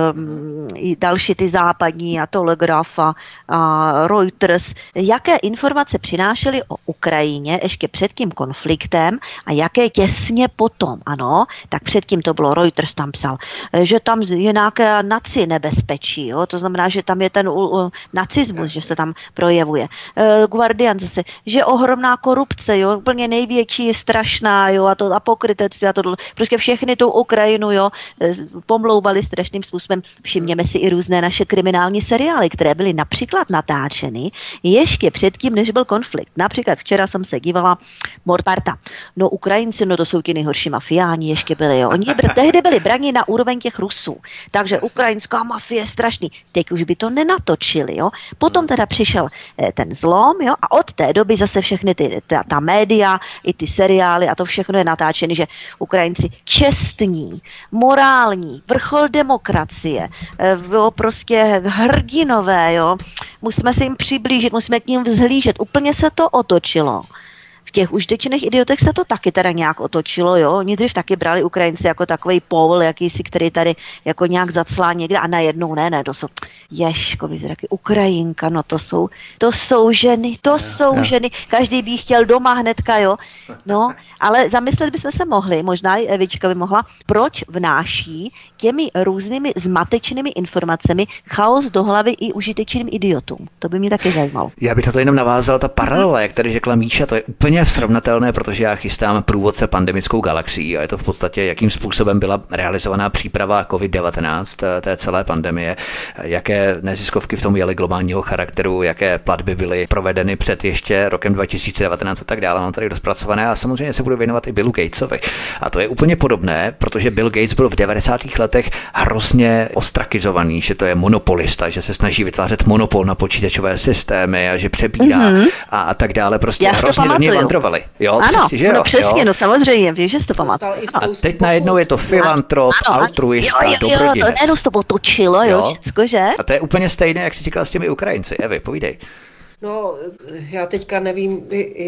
eh, další ty západní a Telegraph a, a Reuters, jaké informace přinášely o Ukrajině ještě před tím konfliktem a jaké těsně potom, ano, tak předtím to bylo, Reuters tam psal, že tam je nějaké naci nebezpečí, jo? To znamená, že tam je ten uh, uh, nacismus, že se tam projevuje. Uh, Guardian zase, že ohromná korupce, jo? Úplně největší je strašná, jo? A to apokrytectví a to, prostě všechny tou Ukrajinu, jo? Pomlouvali strašným způsobem. Všimněme si i různé naše kriminální seriály, které byly například natáčeny ještě předtím, než byl konflikt. Například včera jsem se dívala Morparta. No Ukrajinci, no to jsou ti nejhorší mafiáni, ještě byli, jo. Oni br- tehdy byli braní na úroveň těch Rusů. Takže ukrajinská mafie je strašný. Teď už by to nenatočili, jo. Potom teda přišel eh, ten zlom, jo, a od té doby zase všechny ty, ta, ta média, i ty seriály a to všechno je natáčené, že Ukrajinci čestní, morální, vrchol demokracie, eh, jo, prostě hrdinové, jo. Musíme se jim přiblížit, musíme k ním vzhlížet. Úplně se to otočilo. V těch užitečných idiotech se to taky teda nějak otočilo, jo. Oni dřív taky brali Ukrajinci jako takovej povol, jakýsi, který tady jako nějak zaclá někde a najednou ne, ne, to jsou Ježkovi zraky, Ukrajinka, no to jsou, to jsou ženy, to jsou ja. ženy, každý by chtěl doma hnedka, jo. No, ale zamyslet bychom se mohli, možná i Evička by mohla, proč vnáší těmi různými zmatečnými informacemi chaos do hlavy i užitečným idiotům. To by mě taky zajímalo. Já bych na to jenom navázal, ta paralela, jak tady řekla Míša, to je úplně srovnatelné, protože já chystám průvodce pandemickou galaxií a je to v podstatě, jakým způsobem byla realizovaná příprava covid devatenáct, té celé pandemie, jaké neziskovky v tom jeli globálního charakteru, jaké platby byly provedeny před ještě rokem dva tisíce devatenáct a tak dále. Mám tady rozpracované a samozřejmě se budu věnovat i Billu Gatesovi. A to je úplně podobné, protože Bill Gates byl v devadesátých letech hrozně ostrakizovaný, že to je monopolista, že se snaží vytvářet monopol na počítačové systémy a že přebírá mm-hmm. a, a tak dále. Prostě já hrozně do něj vandrovali. Jo, ano, přesně, že jo, no přesně, jo. no samozřejmě, víš, že jsi to pamatuju. A teď najednou je to filantrop, ano, altruista, jo, jo, jo, dobrodinec. to najednou se to otočilo, jo, jo, všecko, že? A to je úplně stejné, jak jsi říkala s těmi Ukrajinci. Evi, povídej. No, já teďka nevím,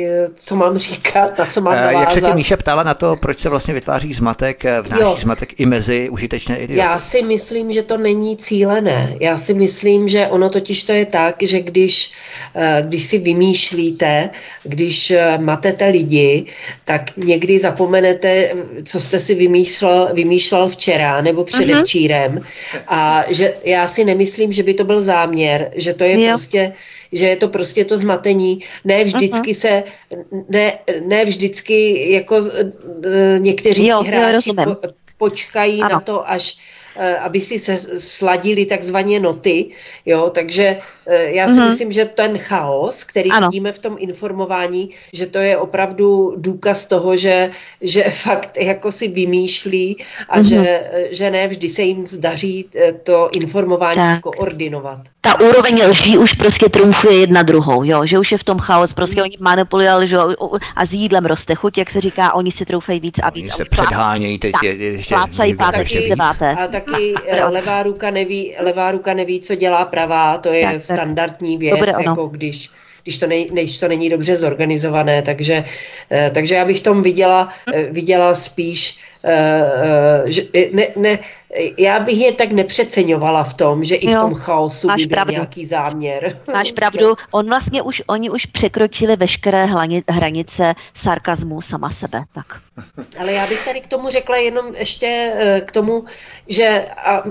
co mám říkat a co mám navázat. Jak se tě Míša ptala na to, proč se vlastně vytváří zmatek, vnáší jo. zmatek i mezi užitečné idioty? Já si myslím, že to není cílené. Já si myslím, že ono totiž to je tak, že když, když si vymýšlíte, když matete lidi, tak někdy zapomenete, co jste si vymýšlel, vymýšlel včera nebo předevčírem. Uh-huh. A že já si nemyslím, že by to byl záměr, že to je jo. prostě... že je to prostě to zmatení, ne vždycky se, ne, ne vždycky jako někteří jo, hráči po, počkají ano. na to, až aby si se sladili takzvaně noty, jo, takže já si mm-hmm. myslím, že ten chaos, který ano. vidíme v tom informování, že to je opravdu důkaz toho, že, že fakt jako si vymýšlí a mm-hmm. že, že ne vždy se jim zdaří to informování tak. koordinovat. Ta úroveň lží už prostě trumfuje jedna druhou, jo, že už je v tom chaos, prostě mm. oni manipulují a s jídlem roste chuť, jak se říká, oni si troufají víc a víc. Oni se předhánějí teď. Tak, ještě plácají pátek přes deváté. A taky levá ruka neví, levá ruka neví, co dělá pravá, to je tak, standardní věc, dobré, jako když, když, to nej, když to není dobře zorganizované, takže, takže já bych v tom viděla, viděla spíš, že ne, ne, já bych je tak nepřeceňovala v tom, že i v tom chaosu by byl nějaký záměr. Máš pravdu, on vlastně už, oni už překročili veškeré hranice sarkazmu sama sebe. Tak. Ale já bych tady k tomu řekla jenom ještě k tomu, že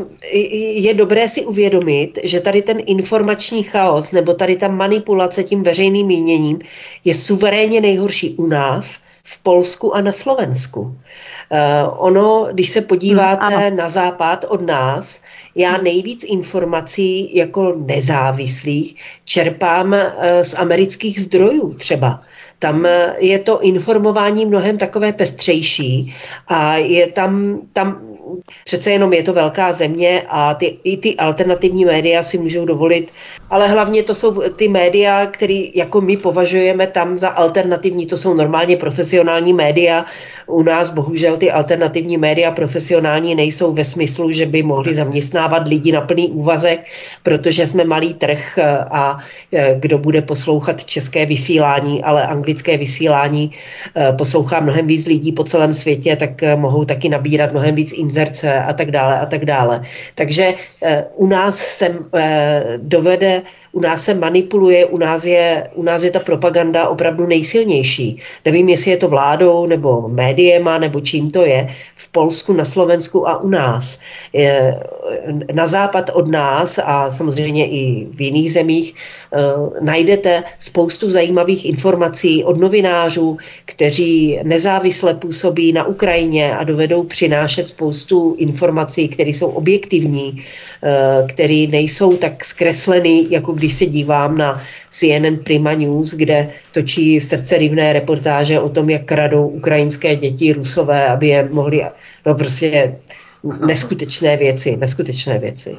je dobré si uvědomit, že tady ten informační chaos nebo tady ta manipulace tím veřejným míněním je suverénně nejhorší u nás, v Polsku a na Slovensku. Uh, ono, když se podíváte hmm, na západ od nás, já nejvíc informací jako nezávislých čerpám uh, z amerických zdrojů třeba. Tam uh, je to informování mnohem takové pestřejší a je tam, tam přece jenom je to velká země a ty, i ty alternativní média si můžou dovolit, ale hlavně to jsou ty média, které jako my považujeme tam za alternativní, to jsou normálně profesionální média. U nás bohužel ty alternativní média profesionální nejsou ve smyslu, že by mohli zaměstnávat lidi na plný úvazek, protože jsme malý trh a kdo bude poslouchat české vysílání, ale anglické vysílání poslouchá mnohem víc lidí po celém světě, tak mohou taky nabírat mnohem víc inzercí a tak dále a tak dále. Takže eh, u nás se eh, dovede, u nás se manipuluje, u nás je, u nás je ta propaganda opravdu nejsilnější. Nevím, jestli je to vládou, nebo médiema, nebo čím to je. V Polsku, na Slovensku a u nás. Eh, na západ od nás a samozřejmě i v jiných zemích eh, najdete spoustu zajímavých informací od novinářů, kteří nezávisle působí na Ukrajině a dovedou přinášet spoustu informací, které jsou objektivní, které nejsou tak zkresleny, jako když se dívám na C N N Prima News, kde točí srdcerivné reportáže o tom, jak kradou ukrajinské děti Rusové, aby je mohli, no prostě neskutečné věci, neskutečné věci.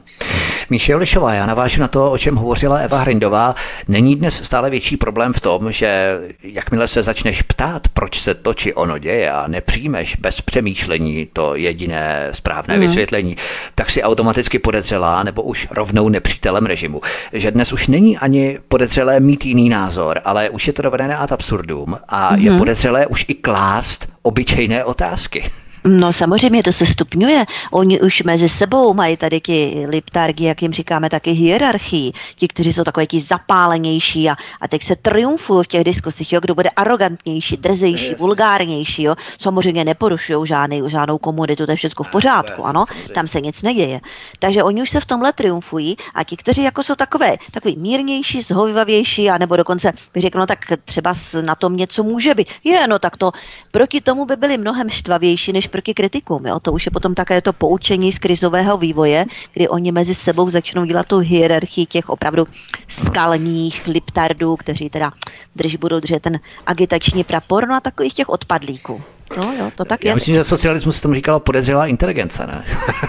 Míša Jolišová, já navážu na to, o čem hovořila Eva Hrindová. Není dnes stále větší problém v tom, že jakmile se začneš ptát, proč se to či ono děje a nepřijmeš bez přemýšlení to jediné správné mm. vysvětlení, tak si automaticky podezřelá nebo už rovnou nepřítelem režimu. Že dnes už není ani podezřelé mít jiný názor, ale už je to dovedené ad absurdum a mm. je podezřelé už i klást obyčejné otázky. No samozřejmě to se stupňuje. Oni už mezi sebou mají tady ti liptargi, jak jim říkáme, taky hierarchii. Ti, kteří jsou takové ti zapálenější a, a teď se triumfují v těch diskusích, jo, kdo bude arrogantnější, drzejší, yes. vulgárnější. Jo. Samozřejmě neporušují žádný, žádnou komunitu, to je všechno v pořádku, ano, tam se nic neděje. Takže oni už se v tomhle triumfují a ti, kteří jako jsou takové, takový mírnější, zhovivavější, a nebo dokonce bych řekl, no tak třeba na tom něco může být. Je, no tak to proti tomu by byli mnohem štvavější než proti kritikům. Jo? To už je potom také to poučení z krizového vývoje, kdy oni mezi sebou začnou dělat tu hierarchii těch opravdu skalních liptardů, kteří teda drž, budou držet ten agitační prapor, no a takových těch odpadlíků. No, jo, to tak Já je. myslím, že socialismus tomu říkalo podezřelá inteligence, ne?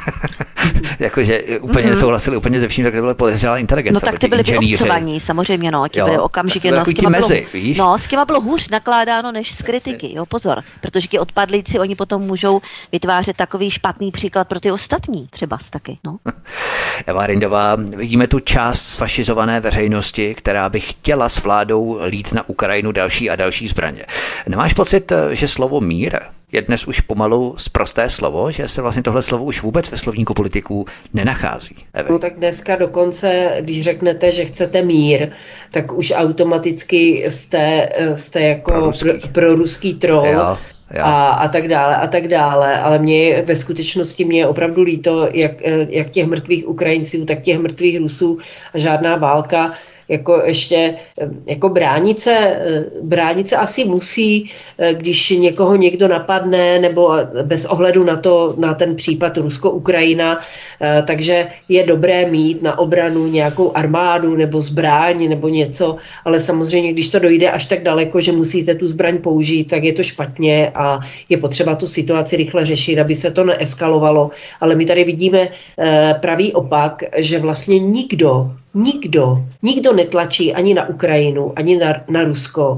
Jakože úplně mm-hmm. souhlasili úplně ze vším, tak to byla podezřelá inteligence. No tak ty byli vyobcovaní, samozřejmě, no, ti byli okamžitě, no, s těma, mezi, bylo, no, s těma bylo hůř nakládáno než z kritiky, jo, pozor, protože ti odpadlíci, oni potom můžou vytvářet takový špatný příklad pro ty ostatní, třeba taky, no. Eva Hrindová, vidíme tu část sfašizované veřejnosti, která by chtěla s vládou lít na Ukrajinu další a další zbraně. Nemáš pocit, že slovo mír je dnes už pomalu sprosté slovo, že se vlastně tohle slovo už vůbec ve slovníku politiků nenachází? Evi. No tak dneska dokonce, když řeknete, že chcete mír, tak už automaticky jste, jste jako proruský, pro, proruský troll. Jo. A, a tak dále, a tak dále, ale mě ve skutečnosti mě je opravdu líto, jak, jak těch mrtvých Ukrajinců, tak těch mrtvých Rusů a žádná válka jako ještě jako bránit se, bránit se asi musí, když někoho někdo napadne, nebo bez ohledu na to, na ten případ Rusko-Ukrajina, takže je dobré mít na obranu nějakou armádu nebo zbraň nebo něco, ale samozřejmě, když to dojde až tak daleko, že musíte tu zbraň použít, tak je to špatně a je potřeba tu situaci rychle řešit, aby se to neeskalovalo. Ale my tady vidíme pravý opak, že vlastně nikdo, nikdo, nikdo netlačí ani na Ukrajinu, ani na, na Rusko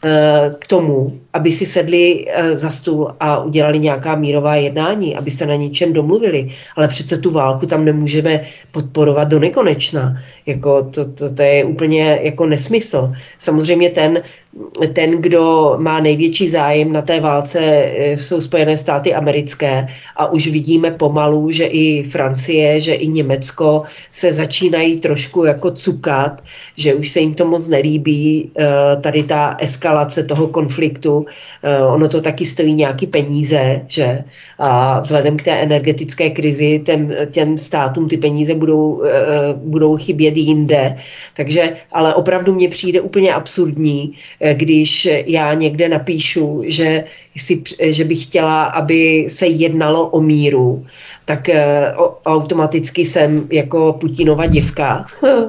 k tomu, aby si sedli za stůl a udělali nějaká mírová jednání, aby se na něčem domluvili. Ale přece tu válku tam nemůžeme podporovat do nekonečna. Jako to, to, to je úplně jako nesmysl. Samozřejmě ten, ten, kdo má největší zájem na té válce, jsou Spojené státy americké a už vidíme pomalu, že i Francie, že i Německo se začínají trošku jako cukat, že už se jim to moc nelíbí, tady ta eskalace toho konfliktu. Ono to taky stojí nějaký peníze, že? A vzhledem k té energetické krizi těm, těm státům ty peníze budou, budou chybět jinde. Takže, ale opravdu mně přijde úplně absurdní, když já někde napíšu, že, si, že bych chtěla, aby se jednalo o míru, tak o, automaticky jsem jako Putinova děvka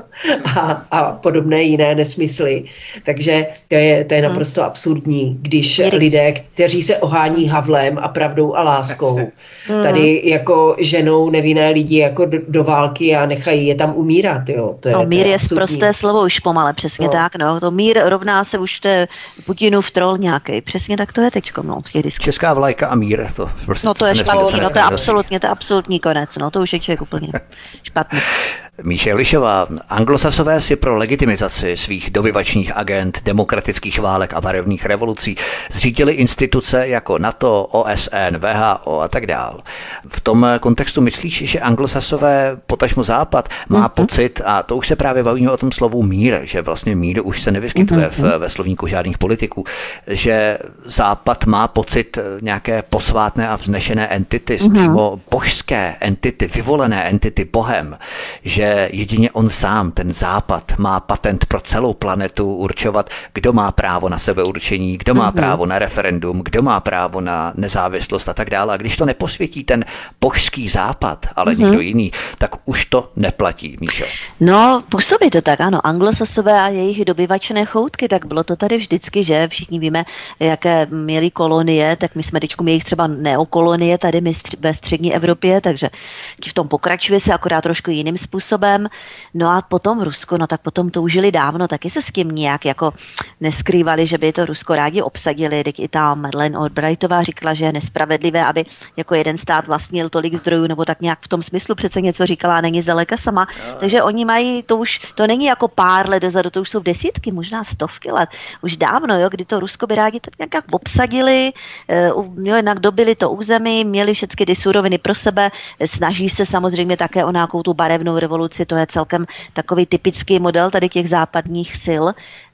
a, a podobné jiné nesmysly. Takže to je, to je naprosto absurdní, když lidé, kteří se ohání Havlem a pravdou a láskou, tady jako ženou nevinné lidi jako do, do války a nechají je tam umírat. Jo. To je, no, mír to je je prosté slovo už pomale, přesně no. tak. No. To mír rovná se už to je Putinův troll nějaký. Přesně tak to je teďko. No, Česká vlajka a mír. To prostě no to je špatný, no to je absolutně, to je absolutní konec. No to už je člověk úplně špatný. Míše Lišová, anglosasové si pro legitimizaci svých dobyvačních agent, demokratických válek a barevných revolucí zřídili instituce jako NATO, O S N, W H O a tak dál. V tom kontextu myslíš, že anglosasové, potažmo Západ, má mm-hmm. pocit, a to už se právě bavíme o tom slovu mír, že vlastně mír už se nevyskytuje mm-hmm. v, ve slovníku žádných politiků, že Západ má pocit nějaké posvátné a vznešené entity, mm-hmm. přímo božské entity, vyvolené entity Bohem, že jedině on sám, ten Západ, má patent pro celou planetu určovat, kdo má právo na sebeurčení, kdo má mm-hmm. právo na referendum, kdo má právo na nezávislost a tak dále. A když to neposvětí ten božský Západ, ale mm-hmm. někdo jiný, tak už to neplatí, Míšo. No, působí to tak, ano. Anglosasové a jejich dobyvačné choutky, tak bylo to tady vždycky, že všichni víme, jaké měli kolonie, tak my jsme teďko jejich třeba neokolonie tady my ve střední Evropě, takže v tom pokračuje se akorát trošku jiným způsobem. No a potom Rusko, no tak potom toužili dávno, taky se s tím nějak jako neskrývali, že by to Rusko rádi obsadili. Teď i ta Madeleine Albrightová říkala, že je nespravedlivé, aby jako jeden stát vlastnil tolik zdrojů, nebo tak nějak v tom smyslu přece něco říkala a není zdaleka sama. No. Takže oni mají, to už, to není jako pár let dozadu, to už jsou desítky, možná stovky let. Už dávno, jo, kdy to Rusko by rádi tak nějak obsadili, jo, jinak dobili to území, měli všechny ty suroviny pro sebe, snaží se samozřejmě také o nějakou tu barevnou revoluci. To je celkem takový typický model tady těch západních sil,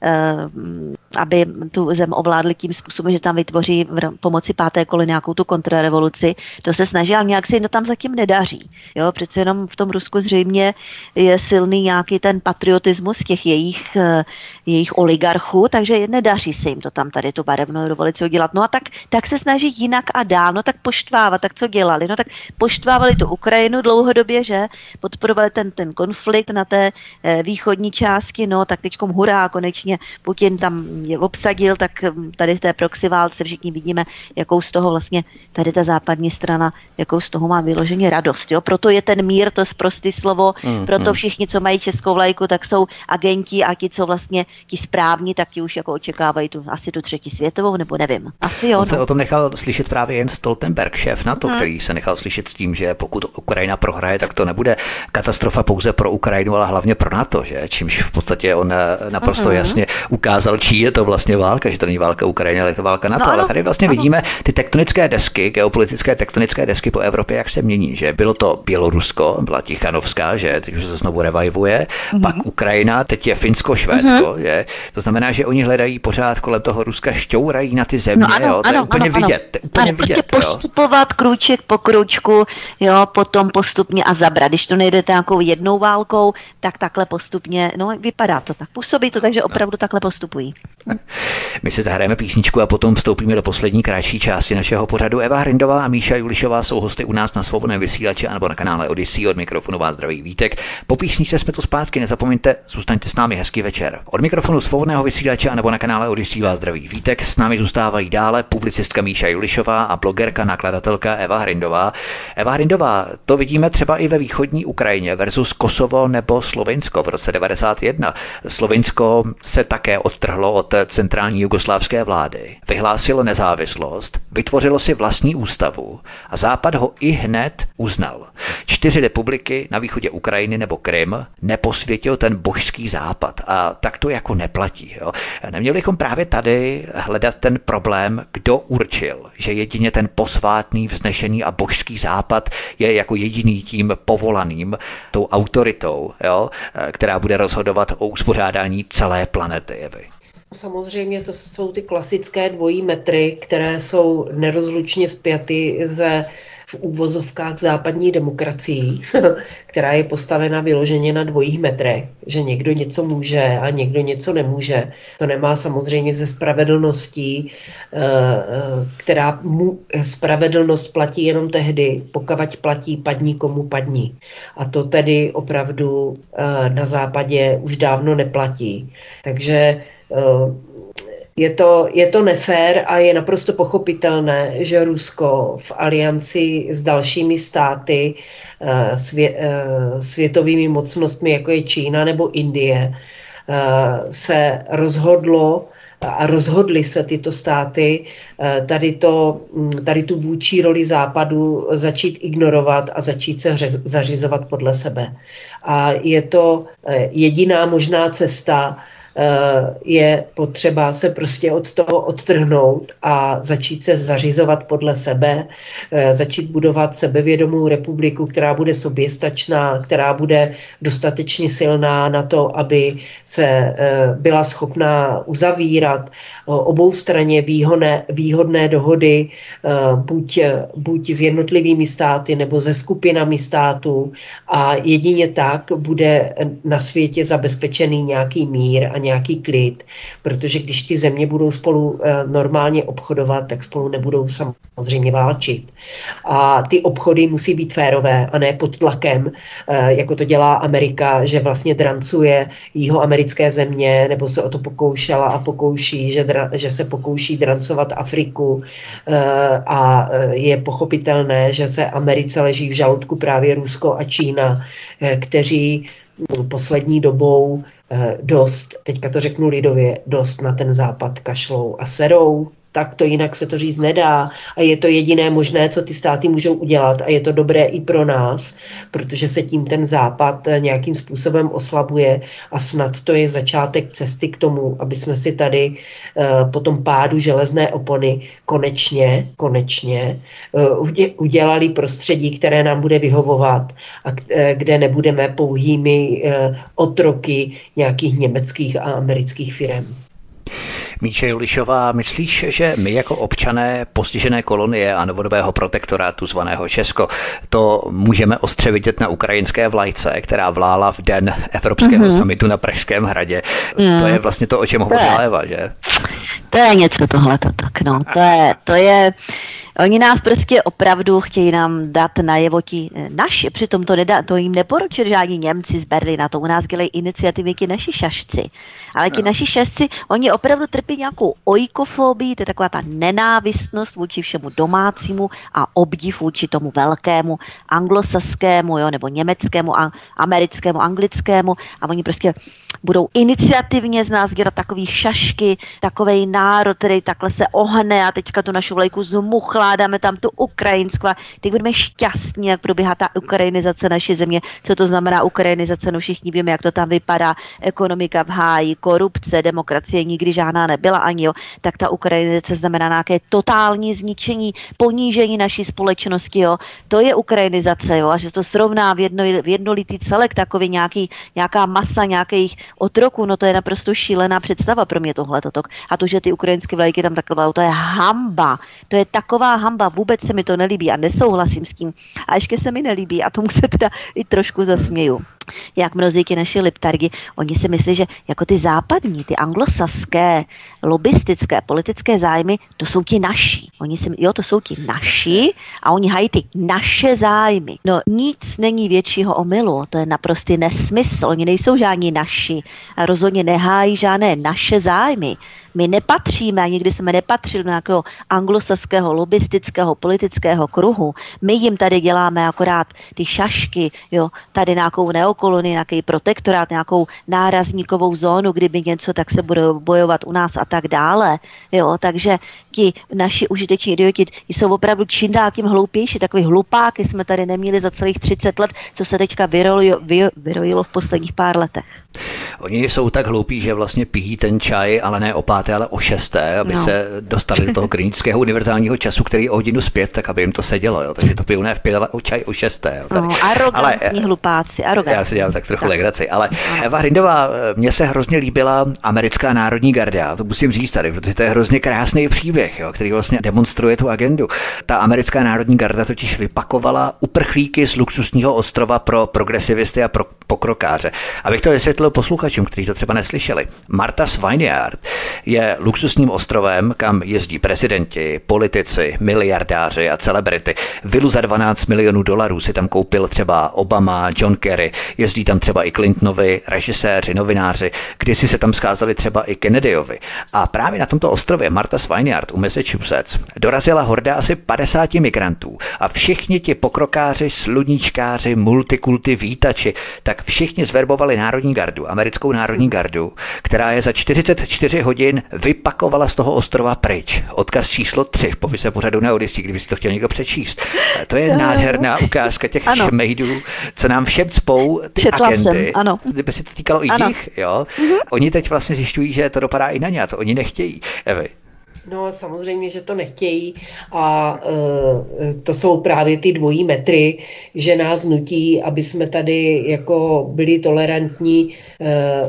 aby tu zem ovládli tím způsobem, že tam vytvoří v pomoci páté kolony nějakou tu kontrarevoluci. To se snaží, ale nějak se jim to tam zatím nedaří. Jo, přece jenom v tom Rusku zřejmě je silný nějaký ten patriotismus těch jejich, jejich oligarchů, takže nedaří se jim to tam tady tu barevnou revoluci udělat. No a tak, tak se snaží jinak a dál, no tak poštvávat, tak co dělali? No tak poštvávali tu Ukrajinu dlouhodobě, že podporovali ten, ten konflikt na té e, východní části, no tak teďkom hurá, konečně Putin tam je obsadil, tak tady v té proxy válce všichni vidíme, jakou z toho vlastně tady ta západní strana, jakou z toho má vyloženě radost, jo, proto je ten mír, to je prostý slovo, mm, proto všichni, co mají českou vlajku, tak jsou agenti a ti, co vlastně ti správní, tak ti už jako očekávají tu, asi tu třetí světovou, nebo nevím. Asi jo. On no. se o tom nechal slyšet právě Jens Stoltenberg, šéf NATO, hmm. který se nechal slyšet s tím, že pokud Ukrajina prohraje, tak to nebude katastrofa pouze pro Ukrajinu, ale hlavně pro NATO, že? Čímž v podstatě on naprosto uh-huh. jasně ukázal, čí je to vlastně válka, že to není válka Ukrajiny, ale je to válka NATO. No, ale tady vlastně ano. vidíme ty tektonické desky, geopolitické tektonické desky po Evropě, jak se mění. Že bylo to Bělorusko, byla Tichanovská, že teď už se to znovu revivuje, mm-hmm. pak Ukrajina, teď je Finsko, Švédsko, mm-hmm. že? To znamená, že oni hledají pořád kolem toho Ruska, šťourají na ty země, no, ano, jo? To ano, je úplně ano, vidět. To je úplně ano, vidět, prostě postupovat krůček po krůčku, jo, potom postupně a zabrat. Když to nejde nějakou jednou válkou, tak takhle postupně, no vypadá to tak. Působí to tak, že opravdu takhle postupují. My si zahrajeme písničku a potom vstoupíme do poslední kratší části našeho pořadu. Eva Hrindová a Míša Julišová jsou hosty u nás na Svobodném vysílači anebo na kanále Odyssey. Od mikrofonu vás zdraví Vítek. Po písničce jsme tu zpátky, nezapomeňte, zůstaňte s námi, hezký večer. Od mikrofonu Svobodného vysílače anebo na kanále Odyssey vás zdraví Vítek. S námi zůstávají dále publicistka Míša Julišová a blogerka, nakladatelka Eva Hrindová. Eva Hrindová, to vidíme třeba i ve východní Ukrajině versus Kosovo nebo Slovinsko v roce devadesát jedna. Slovinsko se také odtrhlo od centrální jugoslávské vlády, vyhlásilo nezávislost, vytvořilo si vlastní ústavu a Západ ho i hned uznal. Čtyři republiky na východě Ukrajiny nebo Krym neposvětil ten božský Západ a tak to jako neplatí. Jo. Neměli bychom právě tady hledat ten problém, kdo určil, že jedině ten posvátný, vznešený a božský Západ je jako jediný tím povolaným, tou autoritou, jo, která bude rozhodovat o uspořádání celé planety. Jevy. Samozřejmě to jsou ty klasické dvojí metry, které jsou nerozlučně spjaty ze v úvozovkách západní demokracií, která je postavena vyloženě na dvojích metrech, že někdo něco může a někdo něco nemůže. To nemá samozřejmě ze spravedlností, která mu, spravedlnost platí jenom tehdy, pokud platí padní komu padní. A to tedy opravdu na západě už dávno neplatí. Takže Je to, je to nefér a je naprosto pochopitelné, že Rusko v alianci s dalšími státy, svě, světovými mocnostmi, jako je Čína nebo Indie, se rozhodlo a rozhodly se tyto státy tady, to, tady tu vůdčí roli Západu začít ignorovat a začít se řez, zařizovat podle sebe. A je to jediná možná cesta, je potřeba se prostě od toho odtrhnout a začít se zařizovat podle sebe, začít budovat sebevědomou republiku, která bude soběstačná, která bude dostatečně silná na to, aby se byla schopná uzavírat oboustranně výhodné, výhodné dohody, buď, buď s jednotlivými státy nebo se skupinami států, a jedině tak bude na světě zabezpečený nějaký mír a nějaký klid, protože když ty země budou spolu e, normálně obchodovat, tak spolu nebudou samozřejmě válčit. A ty obchody musí být férové a ne pod tlakem, e, jako to dělá Amerika, že vlastně drancuje jihoamerické země, nebo se o to pokoušela a pokouší, že, dra, že se pokouší drancovat Afriku, e, a je pochopitelné, že se Americe leží v žaludku právě Rusko a Čína, e, kteří poslední dobou dost, teďka to řeknu lidově, dost na ten Západ kašlou a serou. Tak to jinak se to říct nedá a je to jediné možné, co ty státy můžou udělat, a je to dobré i pro nás, protože se tím ten Západ nějakým způsobem oslabuje a snad to je začátek cesty k tomu, aby jsme si tady uh, po tom pádu železné opony konečně, konečně uh, udělali prostředí, které nám bude vyhovovat a uh, kde nebudeme pouhými uh, otroky nějakých německých a amerických firem. Míše Julišová, myslíš, že my jako občané postižené kolonie a novodobého protektorátu zvaného Česko to můžeme ostře vidět na ukrajinské vlajce, která vlála v den Evropského mm-hmm. summitu na Pražském hradě? Mm. To je vlastně to, o čem hovořila Eva, že? To je něco tohleto, tak no. To je, to je... Oni nás prostě opravdu chtějí nám dát najevo ti naši, přitom to, nedá, to jim neporučili žádní Němci z Berlína, to u nás dělají iniciativy ti naši šašci. Ale ti no. naši šašci, oni opravdu trpí nějakou ojkofobii, to je taková ta nenávistnost vůči všemu domácímu a obdiv vůči tomu velkému anglosaskému, jo, nebo německému, a, americkému, anglickému, a oni prostě budou iniciativně z nás dělat takový šašky, takovej národ, který takhle se ohne a teďka tu našu vlajku zmuchla ovládáme tam tu ukrajinskou, teď budeme šťastní, jak probíhá ta ukrajinizace naší země. Co to znamená ukrajinizace? No všichni víme, jak to tam vypadá. Ekonomika v háji, korupce, demokracie nikdy žádná nebyla ani, jo. Tak ta ukrajinizace znamená nějaké totální zničení, ponížení naší společnosti, jo. To je ukrajinizace, jo. A že to srovná v, jedno, v jednolitý celek, takový nějaký, nějaká masa nějakých otroků, no to je naprosto šílená představa pro mě tohle. A to, že ty ukrajinské vlajky tam takhle, to je hamba. To je taková hamba, vůbec se mi to nelíbí a nesouhlasím s tím. A ještě se mi nelíbí a tomu se teda i trošku zasměju. Jak mnozí ti naši liptargi, oni si myslí, že jako ty západní, ty anglosaské, lobistické, politické zájmy, to jsou ti naši. Oni si, jo, to jsou ti naši a oni hají ty naše zájmy. No nic není většího omylu, to je naprostý nesmysl. Oni nejsou žádní naši a rozhodně nehájí žádné naše zájmy. My nepatříme, a nikdy jsme nepatřili do nějakého anglosaského, lobistického, politického kruhu. My jim tady děláme akorát ty šašky, jo, tady nějakou neokolonii, nějaký protektorát, nějakou nárazníkovou zónu, kdyby něco, tak se bude bojovat u nás a tak dále. Jo, takže ti naši užiteční idioti jsou opravdu čím dál tím hloupější. Takový hlupáky jsme tady neměli za celých třicet let, co se teďka vyrojilo, vyrojilo v posledních pár letech. Oni jsou tak hloupí, že vlastně pijí ten čaj, ale ne o páté, ale o šesté, aby no. se dostali do toho klinického univerzálního času, který je o hodinu zpět, tak aby jim to sedělo. Jo. Takže to pijou ne v pět, ale o čaj o šesté. Jo. No, arrogantní hlupáci, arogantní. Já si dělám tak trochu tak. legraci. Ale Eva Hrindová, mně se hrozně líbila americká národní garda. To musím říct tady, protože to je hrozně krásný příběh, jo, který vlastně demonstruje tu agendu. Ta americká národní garda totiž vypakovala uprchlíky z luxusního ostrova pro progresivisty a pro pokrokáře. Abych to vysvětlil posluchačům, kteří to třeba neslyšeli. Martha's Vineyard je luxusním ostrovem, kam jezdí prezidenti, politici, miliardáři a celebrity. Vilu za dvanáct milionů dolarů si tam koupil třeba Obama, John Kerry, jezdí tam třeba i Clintonovi, režiséři, novináři, kdysi se tam scházeli třeba i Kennedyovi. A právě na tomto ostrově Martha's Vineyard u Massachusetts dorazila horda asi padesáti migrantů a všichni ti pokrokáři, sluníčkáři, multikulty, vítači, tak všichni zverbovali národní gardu, americkou národní gardu, která je za čtyřicet čtyři hodin vypakovala z toho ostrova pryč. Odkaz číslo tři v popise pořadu Neodistí, kdyby si to chtěl někdo přečíst. To je nádherná ukázka těch ano. šmejdů, co nám všem cpou ty Četla agendy. Jsem, ano. Kdyby si to týkalo i ano. nich, jo. Mm-hmm. Oni teď vlastně zjišťují, že to dopadá i na ně a to oni nechtějí. Evy. No samozřejmě, že to nechtějí a e, to jsou právě ty dvojí metry, že nás nutí, aby jsme tady jako byli tolerantní e,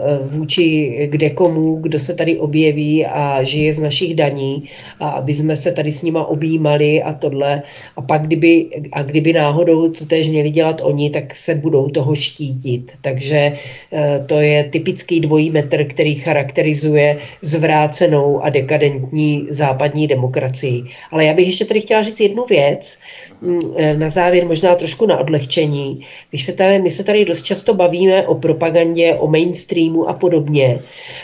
vůči kdekomu, kdo se tady objeví a žije z našich daní a aby jsme se tady s nima objímali a tohle. A pak kdyby, a kdyby náhodou to též měli dělat oni, tak se budou toho štítit. Takže e, to je typický dvojí metr, který charakterizuje zvrácenou a dekadentní západní demokracii. Ale já bych ještě tady chtěla říct jednu věc, na závěr možná trošku na odlehčení. Když se tady, my se tady dost často bavíme o propagandě, o mainstreamu a podobně.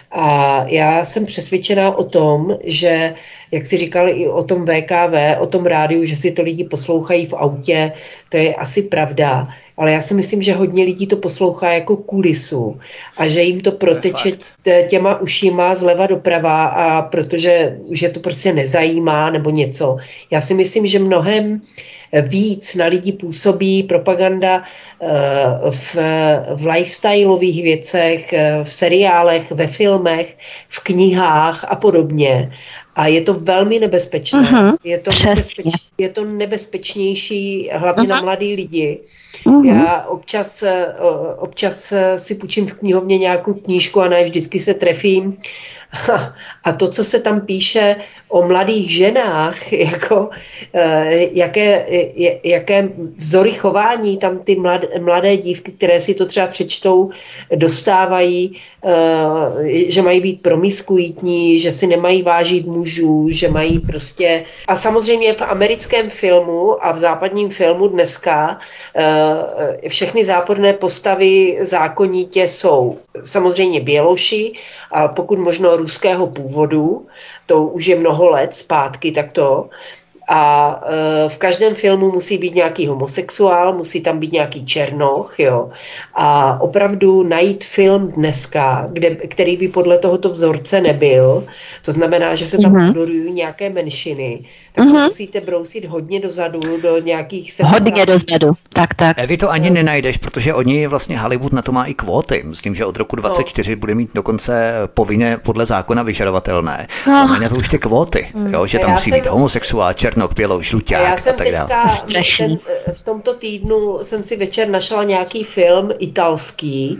A já jsem přesvědčená o tom, že, jak si říkali i o tom V K V, o tom rádiu, že si to lidi poslouchají v autě, to je asi pravda. Ale já si myslím, že hodně lidí to poslouchá jako kulisu a že jim to proteče těma ušima zleva doprava a protože že to prostě nezajímá nebo něco. Já si myslím, že mnohem víc na lidi působí propaganda v, v lifestyleových věcech, v seriálech, ve filmech, v knihách a podobně. A je to velmi nebezpečné. Uh-huh. Je, to nebezpeč, je to nebezpečnější hlavně uh-huh. na mladý lidi. Uh-huh. Já občas, občas si půjčím v knihovně nějakou knížku a ne vždycky se trefím. A to, co se tam píše o mladých ženách, jako, jaké, jaké vzory chování tam ty mladé, mladé dívky, které si to třeba přečtou, dostávají, že mají být promiskuitní, že si nemají vážit mužů, že mají prostě... A samozřejmě v americkém filmu a v západním filmu dneska všechny záporné postavy zákonitě jsou samozřejmě běloši a pokud možno ruského původu, to už je mnoho let zpátky takto. A e, v každém filmu musí být nějaký homosexuál, musí tam být nějaký černoch, jo. A opravdu najít film dneska, kde, který by podle tohoto vzorce nebyl, to znamená, že se tam honorují nějaké menšiny, tak uh-huh. musíte brousit hodně dozadu, do nějakých sedmdesát. Hodně dozadu, tak, tak. Evi, to ani nenajdeš, protože oni vlastně Hollywood na to má i kvóty. Myslím, že od roku dvacet čtyři no. bude mít dokonce povinné podle zákona vyžadovatelné. No. Máme na to už ty kvóty, mm. jo, že tam musí jsem, být homosexuál, černok, bělou, žluťák já jsem a tak dále. Ten, v tomto týdnu jsem si večer našla nějaký film italský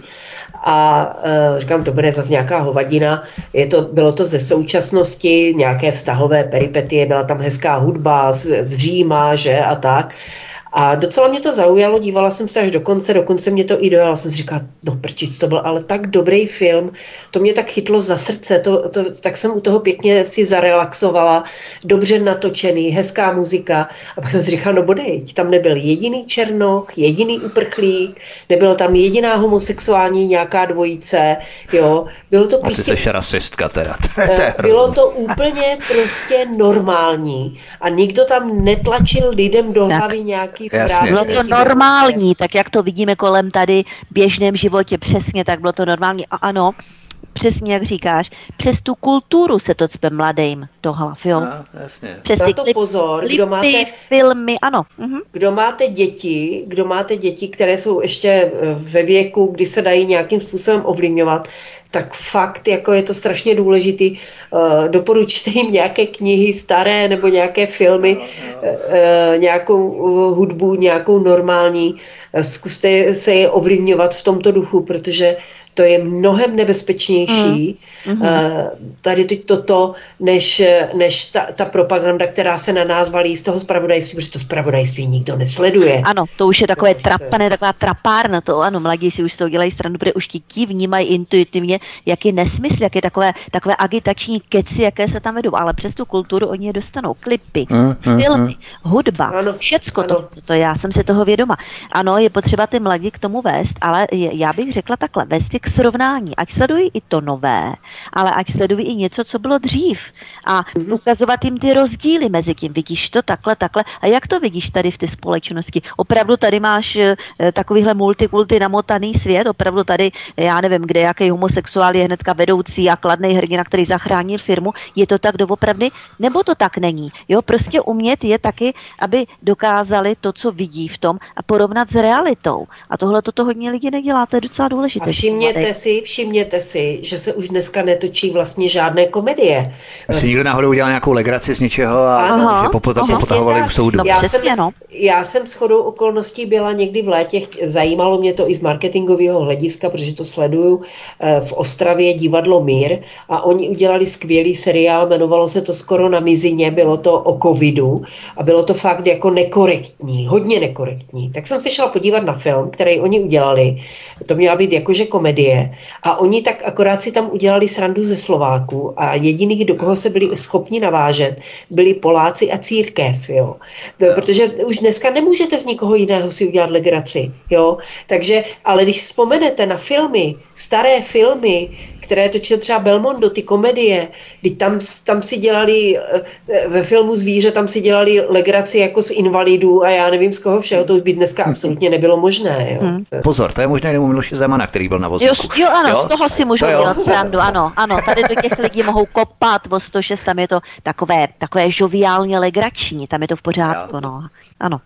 a uh, říkám, to bude zase nějaká hovadina. Je to, bylo to ze současnosti, nějaké vztahové peripetie, byla tam hezká hudba z, z Říma, že a tak. A docela mě to zaujalo, dívala jsem se až do konce, dokonce mě to i dojalo, jsem si říkala, no prčic, to byl ale tak dobrý film, to mě tak chytlo za srdce, to, to, tak jsem u toho pěkně si zarelaxovala, dobře natočený, hezká muzika a pak jsem si říkala, no bodejť, tam nebyl jediný černoch, jediný uprchlík, nebyla tam jediná homosexuální nějaká dvojice, jo, bylo to prostě... A ty jsi rasistka teda. Bylo to úplně prostě normální a nikdo tam netlačil lidem do hlavy nějaký Jasně. Bylo to normální, tak jak to vidíme kolem tady v běžném životě, přesně tak bylo to normální. A ano, přesně jak říkáš, přes tu kulturu se to cpe mladým do hlav, jo. No, jasně. Přes ty klip, pozor, klipy, kdo máte, filmy, ano. Mhm. Kdo máte děti, kdo máte děti, které jsou ještě ve věku, kdy se dají nějakým způsobem ovlivňovat, tak fakt jako je to strašně důležitý. Uh, doporučte jim nějaké knihy staré nebo nějaké filmy, uh, uh, nějakou uh, hudbu, nějakou normální. Uh, zkuste se je ovlivňovat v tomto duchu, protože to je mnohem nebezpečnější mm. uh, tady teď toto, než, než ta, ta propaganda, která se na nás valí z toho zpravodajství, protože to zpravodajství nikdo nesleduje. Ano, to už je takové trapané, taková trapárna, to ano, mladí si už z toho dělají stranu, protože už ti ti vnímají intuitivně, jak je nesmysl, jak je takové, takové agitační keci, jaké se tam vedou, ale přes tu kulturu oni je dostanou. Klipy, mm, mm, filmy, mm. hudba, ano, všecko ano. To, to, to, já jsem si toho vědoma. Ano, je potřeba ty mladí k tomu vést, ale je, já bych řekla takhle, vést k srovnání, ať sledují i to nové, ale ať sledují i něco, co bylo dřív a mm. ukazovat jim ty rozdíly mezi tím. Vidíš to takhle, takhle a jak to vidíš tady v té společnosti? Opravdu tady máš e, takovýhle multikulty namotaný svět, opravdu tady, já nevím, kde jaký homosexuál je hnedka vedoucí a kladnej hrdina, který zachránil firmu, je to tak doopravdy, nebo to tak není? Jo, prostě umět je taky, aby dokázali to, co vidí v tom a porovnat s realitou. A tohle toto hodně lidí nedělá, to je docela důležité. A všimněte si, všimněte si, že se už dneska netočí vlastně žádné komedie. Si někdo náhodou udělal nějakou legraci z něčeho a aha, že popotahovali u soudu. No, já, jsem, já jsem shodou okolností byla někdy v létě, zajímalo mě to i z marketingového hlediska, protože to sleduju v Ostravě divadlo Mír a oni udělali skvělý seriál, jmenovalo se to Skoro na mizině, bylo to o covidu a bylo to fakt jako nekorektní, hodně nekorektní. Tak jsem se šla podívat na film, který oni udělali, to měla být jakože komedie a oni tak akorát si tam udělali srandu ze Slováků a jediný, do koho se byli schopni navážet, byli Poláci a církev, jo. Protože už dneska nemůžete z nikoho jiného si udělat legraci, jo. Takže, ale když vzpomenete na filmy, staré filmy, které točil třeba Belmondo, ty komedie, kdy tam, tam si dělali ve filmu Zvíře, tam si dělali legraci jako z invalidů a já nevím z koho všeho, to už by dneska absolutně nebylo možné. Jo. Hmm. Pozor, to je možná jenom Miloše Zemana, který byl na vozíku. Jo, jo, ano, jo? Z toho si můžou dělat srandu, ano, ano, tady do těch lidí mohou kopat o sto šest, tam je to takové, takové žoviálně legrační, tam je to v pořádku, jo. No, ano.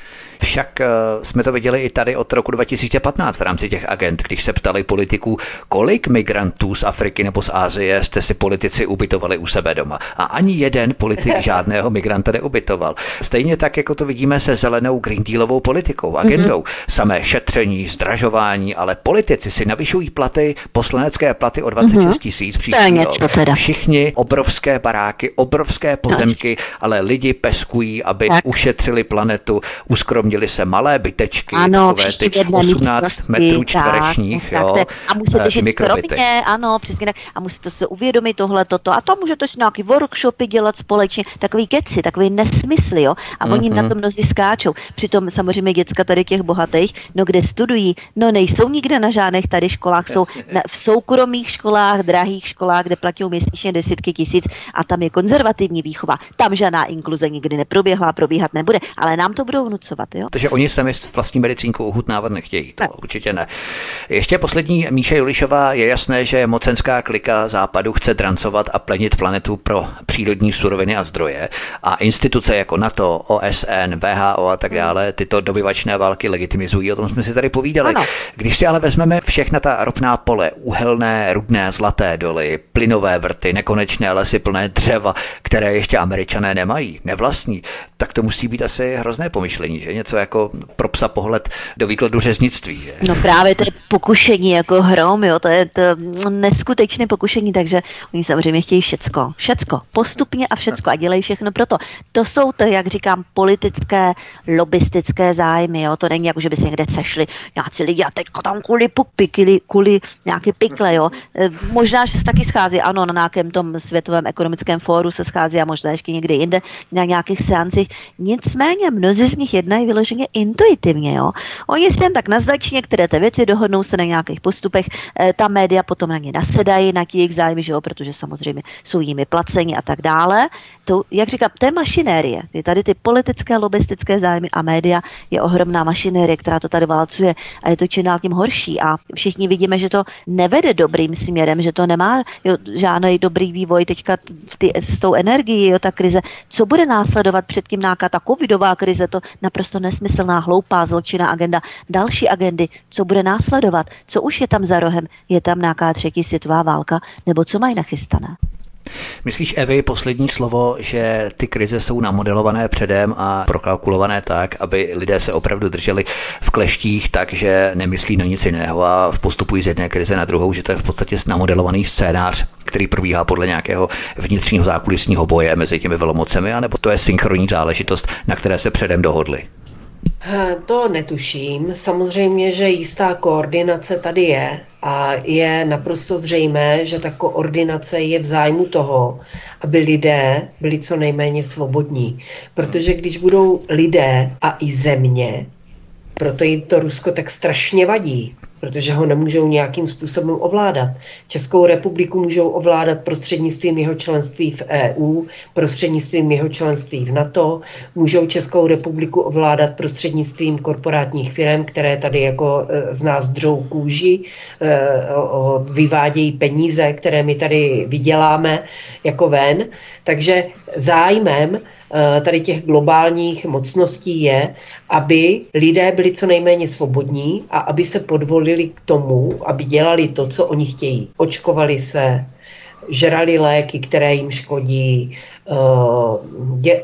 Však uh, jsme to viděli i tady od roku dva tisíce patnáct v rámci těch agent, když se ptali politiků, kolik migrantů z Afriky nebo z Asie jste si politici ubytovali u sebe doma. A ani jeden politik žádného migranta neubytoval. Stejně tak, jako to vidíme se zelenou Green Dealovou politikou, agendou. Mm-hmm. Samé šetření, zdražování, ale politici si navyšují platy, poslanecké platy o dvacet šest tisíc příští rok. Všichni obrovské baráky, obrovské pozemky, ale lidi peskují, aby tak ušetřili planetu, uskromnili Měli se malé bytečky, ano, takové ty osmnáct metrů čtverečních, tak, jo, tak, a musíte žít skromně, ano, přesně tak, a musíte se uvědomit tohle, toto, a to můžete si nějaký workshopy dělat společně, takový keci, takový nesmysl, jo, a mm-hmm. oni na to mnozí skáčou, přitom samozřejmě děcka tady těch bohatých, no kde studují, no nejsou nikde na žádných tady školách, jsou na, v soukromých školách, drahých školách, kde platí měsíčně desítky tisíc a tam je konzervativní výchova, tam žádná inkluze nikdy neproběhla, probíhat nebude, ale nám to budou vnucovat. Jo? Takže oni sami s vlastní medicínkou uhutnávat nechtějí. To ne. Určitě ne. Ještě poslední, Míše Julišová, je jasné, že mocenská klika západu chce drancovat a plenit planetu pro přírodní suroviny a zdroje a instituce jako NATO, O S N, W H O a tak dále tyto dobyvačné války legitimizují. O tom jsme si tady povídali. Ano. Když si ale vezmeme všechna ta ropná pole, uhelné, rudné, zlaté doly, plynové vrty, nekonečné lesy plné dřeva, které ještě Američané nemají, nevlastní, tak to musí být asi hrozné pomyšlení, že? Něco jako pro psa pohled do výkladu řeznictví. Že? No právě to je pokušení jako hrom, jo, to je to neskutečné pokušení, takže oni samozřejmě chtějí všecko, všecko, postupně a všecko a dělají všechno pro to. To jsou to, jak říkám, politické, lobistické zájmy, jo, to není jako, že by se někde sešli nějací lidi a teďko tam kvůli pikli, kvůli nějaké pikle, jo. Možná, že se taky schází, ano, na nějakém tom světovém ekonomickém fóru se schází a možná ještě někde jinde na nějakých seancích. Nicméně mnozí z nich jednají vyloženě intuitivně, jo. Oni si jen tak naznačí některé ty věci, dohodnou se na nějakých postupech, e, ta média potom na ně nasedají, na jejich zájmy, že jo, protože samozřejmě jsou jimi placeni a tak dále. To, jak říkám, to je mašinérie. Ty tady ty politické, lobistické zájmy a média je ohromná mašinérie, která to tady válcuje a je to čím dál tím horší. A všichni vidíme, že to nevede dobrým směrem, že to nemá jo, žádný dobrý vývoj teďka ty, s tou energií, jo, ta krize. Co bude následovat předtím nějaká ta covidová krize, to naprosto nesmyslná, hloupá, zločinná agenda, další agendy, co bude následovat, co už je tam za rohem, je tam nějaká třetí světová válka, nebo co mají nachystané? Myslíš, Evi, poslední slovo, že ty krize jsou namodelované předem a prokalkulované tak, aby lidé se opravdu drželi v kleštích tak, že nemyslí na nic jiného a postupují z jedné krize na druhou, že to je v podstatě namodelovaný scénář, který probíhá podle nějakého vnitřního zákulisního boje mezi těmi velmocemi, anebo to je synchronní záležitost, na které se předem dohodli? To netuším. Samozřejmě, že jistá koordinace tady je a je naprosto zřejmé, že ta koordinace je v zájmu toho, aby lidé byli co nejméně svobodní. Protože když budou lidé a i země, proto jim to Rusko tak strašně vadí, protože ho nemůžou nějakým způsobem ovládat. Českou republiku můžou ovládat prostřednictvím jeho členství v E U, prostřednictvím jeho členství v NATO, můžou Českou republiku ovládat prostřednictvím korporátních firm, které tady jako z nás dřou kůži, vyvádějí peníze, které my tady vyděláme jako ven. Takže zájmem tady těch globálních mocností je, aby lidé byli co nejméně svobodní a aby se podvolili k tomu, aby dělali to, co oni chtějí. Očkovali se, žrali léky, které jim škodí, dě,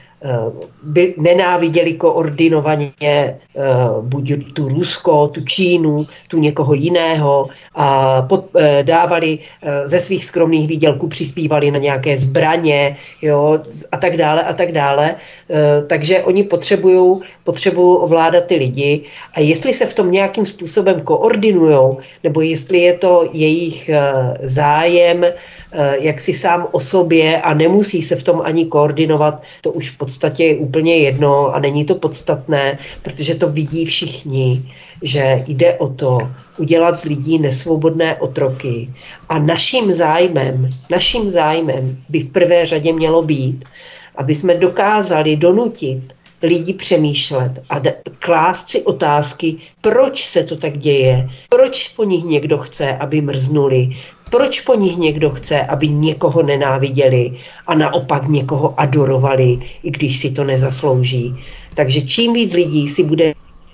by nenáviděli koordinovaně buď tu Rusko, tu Čínu, tu někoho jiného a pod, dávali ze svých skromných výdělků, přispívali na nějaké zbraně, jo, a tak dále a tak dále. Takže oni potřebují potřebují ovládat ty lidi a jestli se v tom nějakým způsobem koordinujou, nebo jestli je to jejich zájem jak si sám o sobě a nemusí se v tom ani koordinovat, to už v podstatě je úplně jedno a není to podstatné, protože to vidí všichni, že jde o to udělat z lidí nesvobodné otroky. A naším zájmem, naším zájmem by v prvé řadě mělo být, aby jsme dokázali donutit lidi přemýšlet a d- klást si otázky, proč se to tak děje, proč po nich někdo chce, aby mrznuli, proč po nich někdo chce, aby někoho nenáviděli a naopak někoho adorovali, i když si to nezaslouží. Takže čím víc lidí si bude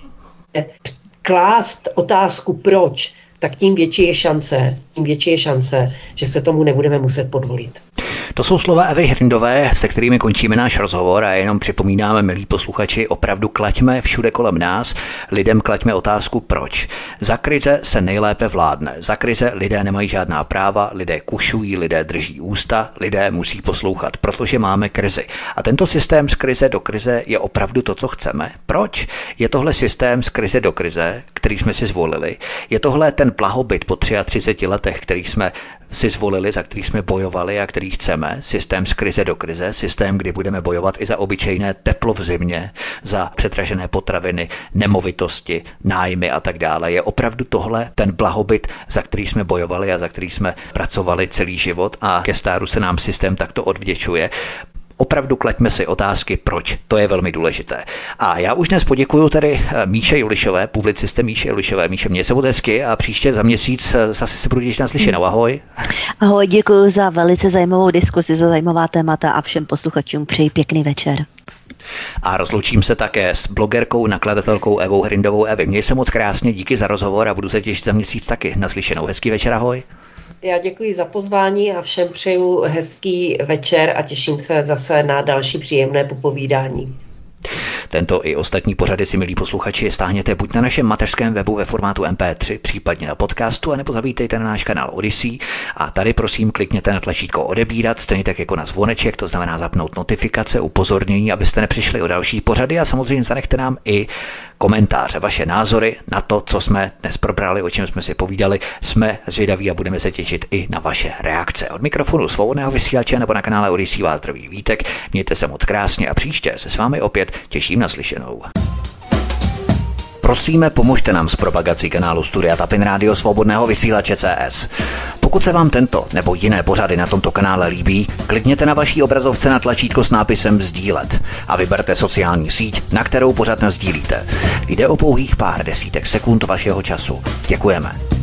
klást otázku proč, tak tím větší je šance, tím větší je šance, že se tomu nebudeme muset podvolit. To jsou slova Evy Hrindové, se kterými končíme náš rozhovor a jenom připomínáme, milí posluchači, opravdu klaďme všude kolem nás, lidem klaďme otázku proč. Za krize se nejlépe vládne, za krize lidé nemají žádná práva, lidé kušují, lidé drží ústa, lidé musí poslouchat, protože máme krizi. A tento systém z krize do krize je opravdu to, co chceme. Proč? Je tohle systém z krize do krize, který jsme si zvolili? Je tohle ten blahobyt po třiatřiceti letech, který jsme si zvolili, za který jsme bojovali a který chceme, systém z krize do krize, systém, kdy budeme bojovat i za obyčejné teplo v zimě, za předražené potraviny, nemovitosti, nájmy a tak dále. Je opravdu tohle ten blahobyt, za který jsme bojovali a za který jsme pracovali celý život a ke stáru se nám systém takto odvděčuje. Opravdu klaďme si otázky, proč. To je velmi důležité. A já už dnes poděkuju tady Míše Julišové, publicistce Míše Julišové. Míše, měj se moc hezky a příště za měsíc zase se budu těšit na slyšenou. Ahoj. Ahoj, děkuji za velice zajímavou diskusi, za zajímavá témata a všem posluchačům přeji pěkný večer. A rozloučím se také s blogerkou, nakladatelkou Evou Hrindovou. Evi, měj se moc krásně, díky za rozhovor a budu se těšit za měsíc taky na slyšenou. Hezký večer, ahoj. Já děkuji za pozvání a všem přeju hezký večer a těším se zase na další příjemné popovídání. Tento i ostatní pořady si, milí posluchači, stáhněte buď na našem mateřském webu ve formátu em pé tři, případně na podcastu, anebo zavítejte na náš kanál Odyssey a tady prosím klikněte na tlačítko odebírat, stejně tak jako na zvoneček, to znamená zapnout notifikace, upozornění, abyste nepřišli o další pořady a samozřejmě zanechte nám i komentáře, vaše názory na to, co jsme dnes probrali, o čem jsme si povídali. Jsme zvědaví a budeme se těšit i na vaše reakce. Od mikrofonu Svobodného vysílače nebo na kanále Odyssey vás zdraví Vítek. Mějte se moc krásně a příště se s vámi opět těším na slyšenou. Prosíme, pomožte nám s propagací kanálu Studia Tapin Rádio Svobodného vysílače C S. Pokud se vám tento nebo jiné pořady na tomto kanále líbí, klikněte na vaší obrazovce na tlačítko s nápisem sdílet a vyberte sociální síť, na kterou pořad nasdílíte. Jde o pouhých pár desítek sekund vašeho času. Děkujeme.